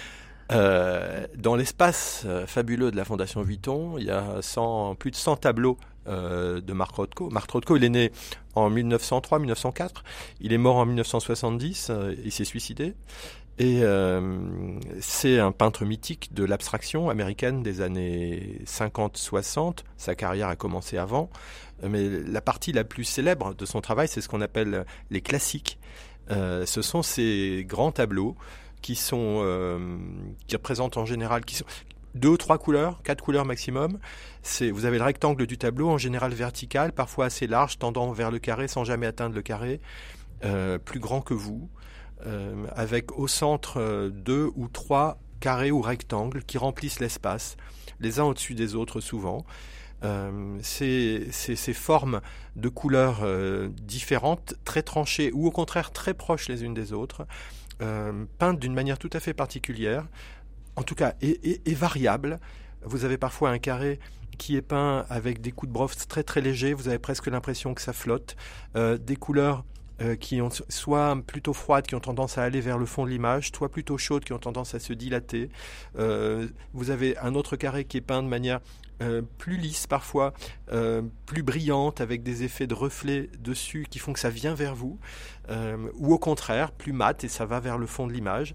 Dans l'espace fabuleux de la Fondation Vuitton, il y a plus de 100 tableaux de Marthe Rothko. Marthe Rothko, il est né en 1903-1904. Il est mort en 1970. Il s'est suicidé. Et c'est un peintre mythique de l'abstraction américaine des années 50-60. Sa carrière a commencé avant. Mais la partie la plus célèbre de son travail, c'est ce qu'on appelle les classiques. Ce sont ces grands tableaux qui représentent en général 2 ou 3 couleurs, 4 couleurs maximum. Vous avez le rectangle du tableau, en général vertical, parfois assez large, tendant vers le carré sans jamais atteindre le carré, plus grand que vous, avec au centre 2 ou 3 carrés ou rectangles qui remplissent l'espace, les uns au-dessus des autres souvent. Ces formes de couleurs différentes, très tranchées ou au contraire très proches les unes des autres, peintes d'une manière tout à fait particulière, en tout cas et variable. Vous avez parfois un carré qui est peint avec des coups de brosse très très légers, vous avez presque l'impression que ça flotte, des couleurs qui ont soit plutôt froides, qui ont tendance à aller vers le fond de l'image, soit plutôt chaudes, qui ont tendance à se dilater. Vous avez un autre carré qui est peint de manière plus lisse parfois, plus brillante, avec des effets de reflets dessus qui font que ça vient vers vous, ou au contraire, plus mat et ça va vers le fond de l'image.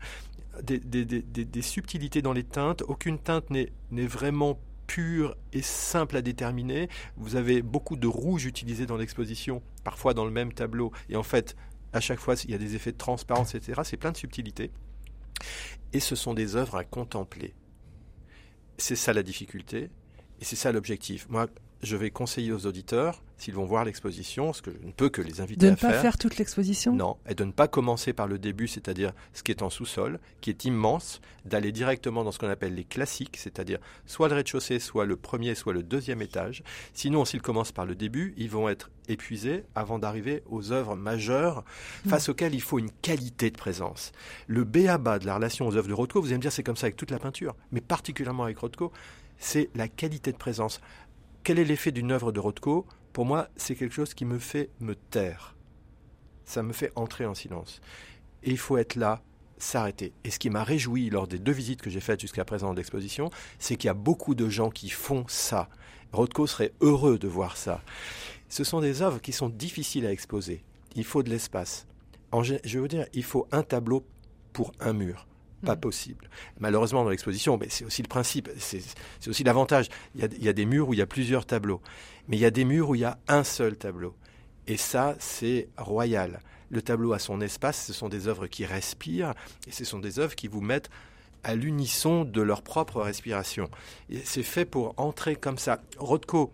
Des subtilités dans les teintes. Aucune teinte n'est vraiment pure et simple à déterminer. Vous avez beaucoup de rouge utilisé dans l'exposition, parfois dans le même tableau, et en fait, à chaque fois, il y a des effets de transparence, etc. C'est plein de subtilités. Et ce sont des œuvres à contempler. C'est ça la difficulté, et c'est ça l'objectif. Moi, je vais conseiller aux auditeurs, s'ils vont voir l'exposition, ce que je ne peux que les inviter à faire. De ne pas faire toute l'exposition ? Non, et de ne pas commencer par le début, c'est-à-dire ce qui est en sous-sol, qui est immense, d'aller directement dans ce qu'on appelle les classiques, c'est-à-dire soit le rez-de-chaussée, soit le premier, soit le deuxième étage. Sinon, s'ils commencent par le début, ils vont être épuisés avant d'arriver aux œuvres majeures face auxquelles il faut une qualité de présence. Le b.a.-ba de la relation aux œuvres de Rothko, vous allez me dire c'est comme ça avec toute la peinture, mais particulièrement avec Rothko, c'est la qualité de présence. Quel est l'effet d'une œuvre de Rothko ? Pour moi, c'est quelque chose qui me fait me taire. Ça me fait entrer en silence. Et il faut être là s'arrêter. Et ce qui m'a réjoui lors des 2 visites que j'ai faites jusqu'à présent de l'exposition, c'est qu'il y a beaucoup de gens qui font ça. Rothko serait heureux de voir ça. Ce sont des œuvres qui sont difficiles à exposer. Il faut de l'espace. Je veux dire, il faut un tableau pour un mur. Pas possible. Malheureusement, dans l'exposition, mais c'est aussi le principe, c'est aussi l'avantage. Il y a des murs où il y a plusieurs tableaux. Mais il y a des murs où il y a un seul tableau. Et ça, c'est royal. Le tableau a son espace, ce sont des œuvres qui respirent, et ce sont des œuvres qui vous mettent à l'unisson de leur propre respiration. Et c'est fait pour entrer comme ça. Rothko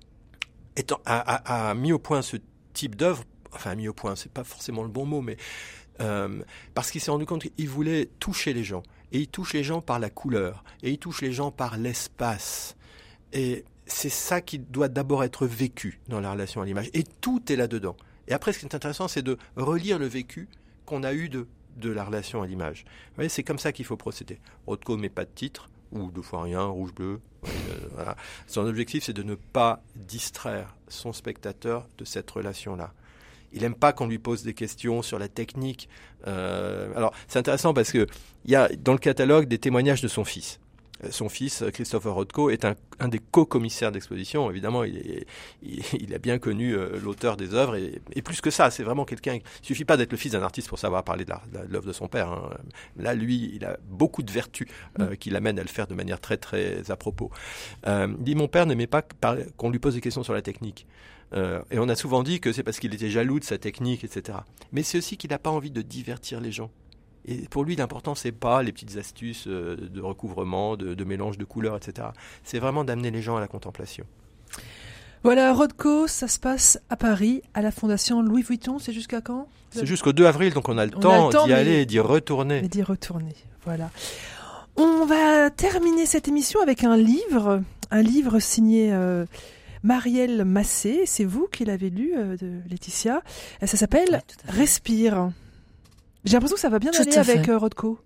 a mis au point ce type d'œuvre, enfin mis au point, c'est pas forcément le bon mot, mais parce qu'il s'est rendu compte qu'il voulait toucher les gens. Et il touche les gens par la couleur, et il touche les gens par l'espace. Et c'est ça qui doit d'abord être vécu dans la relation à l'image. Et tout est là-dedans. Et après, ce qui est intéressant, c'est de relire le vécu qu'on a eu de la relation à l'image. Vous voyez, c'est comme ça qu'il faut procéder. Rothko ne met pas de titre, ou 2 fois rien, rouge-bleu. Voilà. Son objectif, c'est de ne pas distraire son spectateur de cette relation-là. Il n'aime pas qu'on lui pose des questions sur la technique. Alors, c'est intéressant parce qu'il y a dans le catalogue des témoignages de son fils. Son fils, Christopher Rothko, est un des co-commissaires d'exposition. Évidemment, il a bien connu l'auteur des œuvres. Et plus que ça, c'est vraiment quelqu'un... Il ne suffit pas d'être le fils d'un artiste pour savoir parler de l'œuvre de son père. Hein. Là, lui, il a beaucoup de vertus qui l'amènent à le faire de manière très, très à propos. Il dit, mon père n'aimait pas qu'on lui pose des questions sur la technique. Et on a souvent dit que c'est parce qu'il était jaloux de sa technique, etc. Mais c'est aussi qu'il n'a pas envie de divertir les gens. Et pour lui, l'important, c'est pas les petites astuces de recouvrement, de mélange de couleurs, etc. C'est vraiment d'amener les gens à la contemplation. Voilà, Rothko, ça se passe à Paris, à la Fondation Louis Vuitton. C'est jusqu'à quand ? C'est jusqu'au 2 avril, donc on a le temps d'y aller et d'y retourner. Et d'y retourner, voilà. On va terminer cette émission avec un livre signé Marielle Massé. C'est vous qui l'avez lu, de Laetitia. Ça s'appelle Respire. J'ai l'impression que ça va bien aller avec Rothko.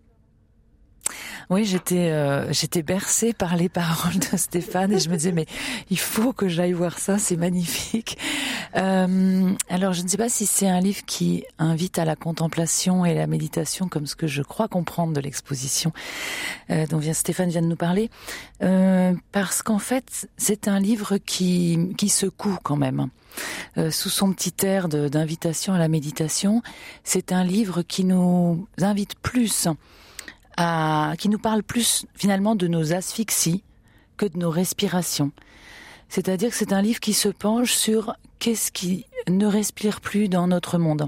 Oui, j'étais bercée par les paroles de Stéphane et je me disais mais il faut que j'aille voir ça, c'est magnifique. Alors je ne sais pas si c'est un livre qui invite à la contemplation et la méditation comme ce que je crois comprendre de l'exposition dont Stéphane vient de nous parler, parce qu'en fait c'est un livre qui secoue quand même. Sous son petit air d'invitation à la méditation, c'est un livre qui nous invite plus qui nous parle plus finalement de nos asphyxies que de nos respirations. C'est-à-dire que c'est un livre qui se penche sur qu'est-ce qui ne respire plus dans notre monde.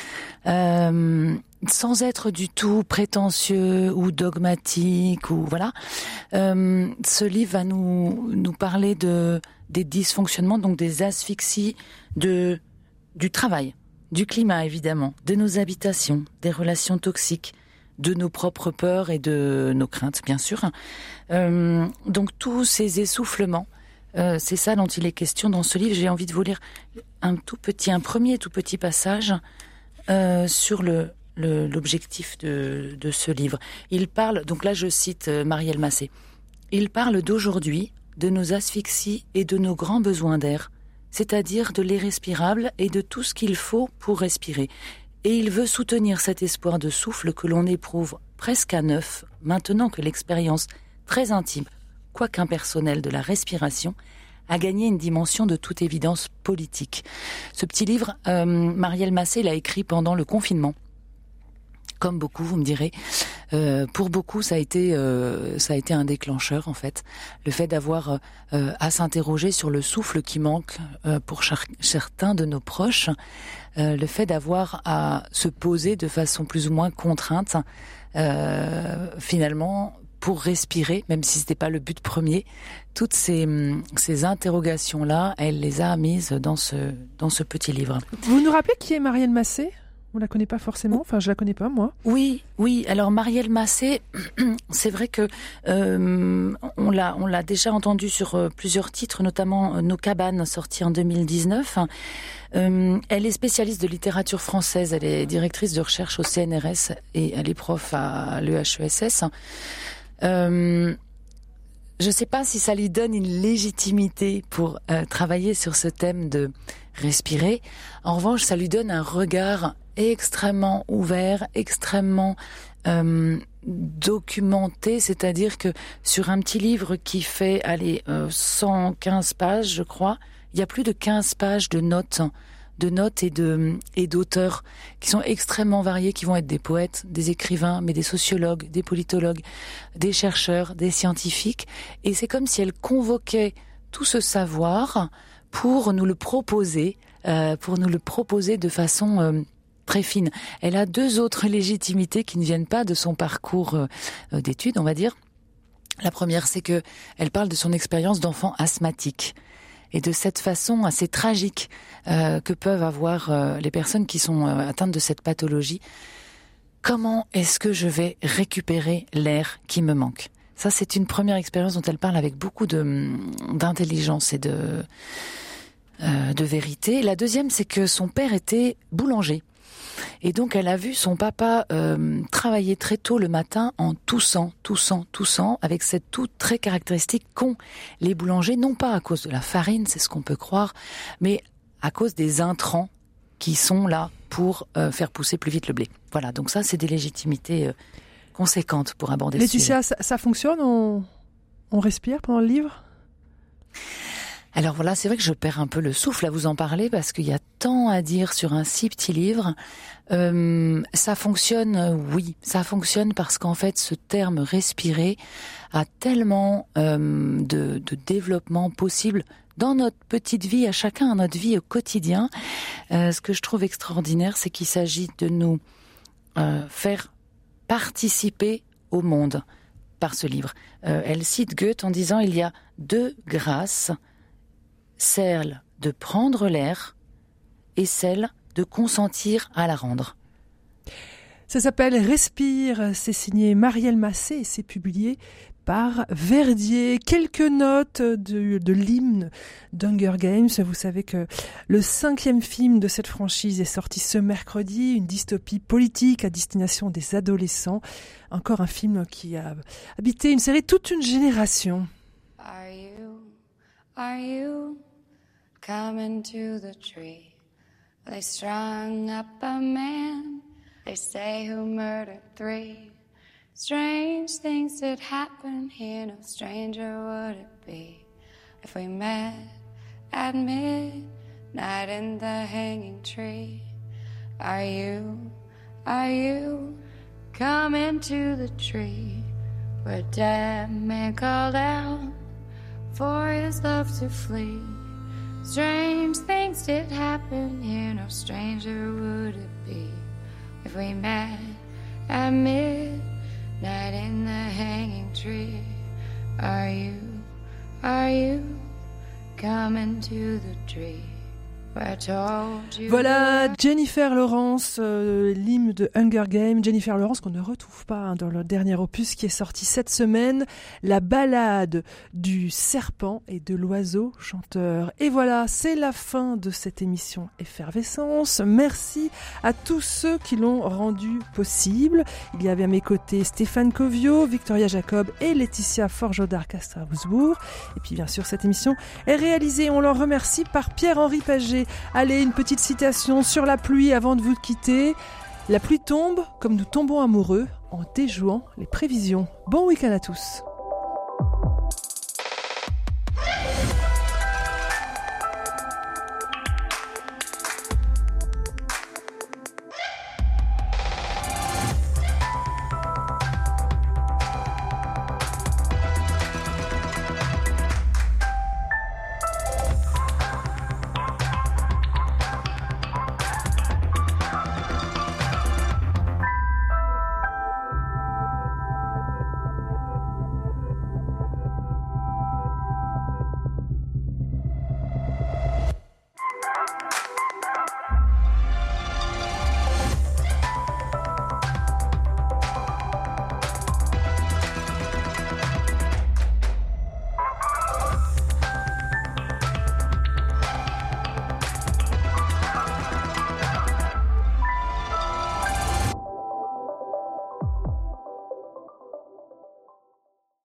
Sans être du tout prétentieux ou dogmatique ou voilà. Ce livre va nous parler des dysfonctionnements, donc des asphyxies du travail, du climat évidemment, de nos habitations, des relations toxiques, de nos propres peurs et de nos craintes, bien sûr. Donc tous ces essoufflements, c'est ça dont il est question dans ce livre. J'ai envie de vous lire un premier tout petit passage sur l'objectif de ce livre. Il parle, donc là je cite Marielle Massé, il parle d'aujourd'hui, de nos asphyxies et de nos grands besoins d'air, c'est-à-dire de l'irrespirable et de tout ce qu'il faut pour respirer. Et il veut soutenir cet espoir de souffle que l'on éprouve presque à neuf, maintenant que l'expérience très intime, quoique impersonnelle, de la respiration a gagné une dimension de toute évidence politique. Ce petit livre, Marielle Massé l'a écrit pendant le confinement. Comme beaucoup, vous me direz. Pour beaucoup, ça a été un déclencheur, en fait. Le fait d'avoir à s'interroger sur le souffle qui manque pour certains de nos proches. Le fait d'avoir à se poser de façon plus ou moins contrainte, finalement, pour respirer, même si c'était pas le but premier. Toutes ces interrogations-là, elle les a mises dans ce petit livre. Vous nous rappelez qui est Marielle Massé ? On la connaît pas forcément, enfin je la connais pas moi. Oui. Alors Marielle Massé, c'est vrai que on l'a déjà entendu sur plusieurs titres, notamment Nos cabanes, sorti en 2019. Elle est spécialiste de littérature française, elle est directrice de recherche au CNRS et elle est prof à l'EHESS. Je ne sais pas si ça lui donne une légitimité pour travailler sur ce thème de respirer. En revanche, ça lui donne un regard extrêmement ouvert, extrêmement documenté, c'est-à-dire que sur un petit livre qui fait 115 pages, je crois, il y a plus de 15 pages de notes et d'auteurs qui sont extrêmement variés, qui vont être des poètes, des écrivains, mais des sociologues, des politologues, des chercheurs, des scientifiques. Et c'est comme si elle convoquait tout ce savoir pour nous le proposer de façon très fine. Elle a deux autres légitimités qui ne viennent pas de son parcours d'études, on va dire. La première, c'est que elle parle de son expérience d'enfant asthmatique et de cette façon assez tragique que peuvent avoir les personnes qui sont atteintes de cette pathologie. Comment est-ce que je vais récupérer l'air qui me manque ? Ça, c'est une première expérience dont elle parle avec beaucoup d'intelligence et de vérité. La deuxième, c'est que son père était boulanger. Et donc, elle a vu son papa travailler très tôt le matin en toussant, avec cette toux très caractéristique qu'ont les boulangers, non pas à cause de la farine, c'est ce qu'on peut croire, mais à cause des intrants qui sont là pour faire pousser plus vite le blé. Voilà, donc ça, c'est des légitimités conséquentes pour aborder ce sujet. Laetitia, ça fonctionne ? On respire pendant le livre ? Alors voilà, c'est vrai que je perds un peu le souffle à vous en parler parce qu'il y a tant à dire sur un si petit livre. Ça fonctionne, oui, ça fonctionne parce qu'en fait, ce terme respirer a tellement de développement possible dans notre petite vie, à chacun, dans notre vie au quotidien. Ce que je trouve extraordinaire, c'est qu'il s'agit de nous faire participer au monde par ce livre. Elle cite Goethe en disant « Il y a deux grâces ». Celle de prendre l'air et celle de consentir à la rendre. Ça s'appelle Respire, c'est signé Marielle Massé et c'est publié par Verdier. Quelques notes de l'hymne d'Hunger Games. Vous savez que le 5e film de cette franchise est sorti ce mercredi, une dystopie politique à destination des adolescents. Encore un film qui a habité une série toute une génération. Are you coming to the tree? They strung up a man, they say, who murdered 3. Strange things did happen here, no stranger would it be if we met at midnight in the hanging tree. Are you coming to the tree where a dead man called out for his love to flee? Strange things did happen here, no stranger would it be if we met at midnight in the hanging tree. Are you coming to the tree? Voilà Jennifer Lawrence, l'hymne de Hunger Games. Jennifer Lawrence qu'on ne retrouve pas dans le dernier opus qui est sorti cette semaine, la ballade du serpent et de l'oiseau chanteur. Et voilà, c'est la fin de cette émission Effervescence. Merci à tous ceux qui l'ont rendu possible. Il y avait à mes côtés Stéphane Covio, Victoria Jacob et Laetitia Forgeaudard-Castra-Bousbourg. Et puis bien sûr, cette émission est réalisée, on l'en remercie, par Pierre-Henri Paget. Allez, une petite citation sur la pluie avant de vous quitter. La pluie tombe comme nous tombons amoureux en déjouant les prévisions. Bon week-end à tous.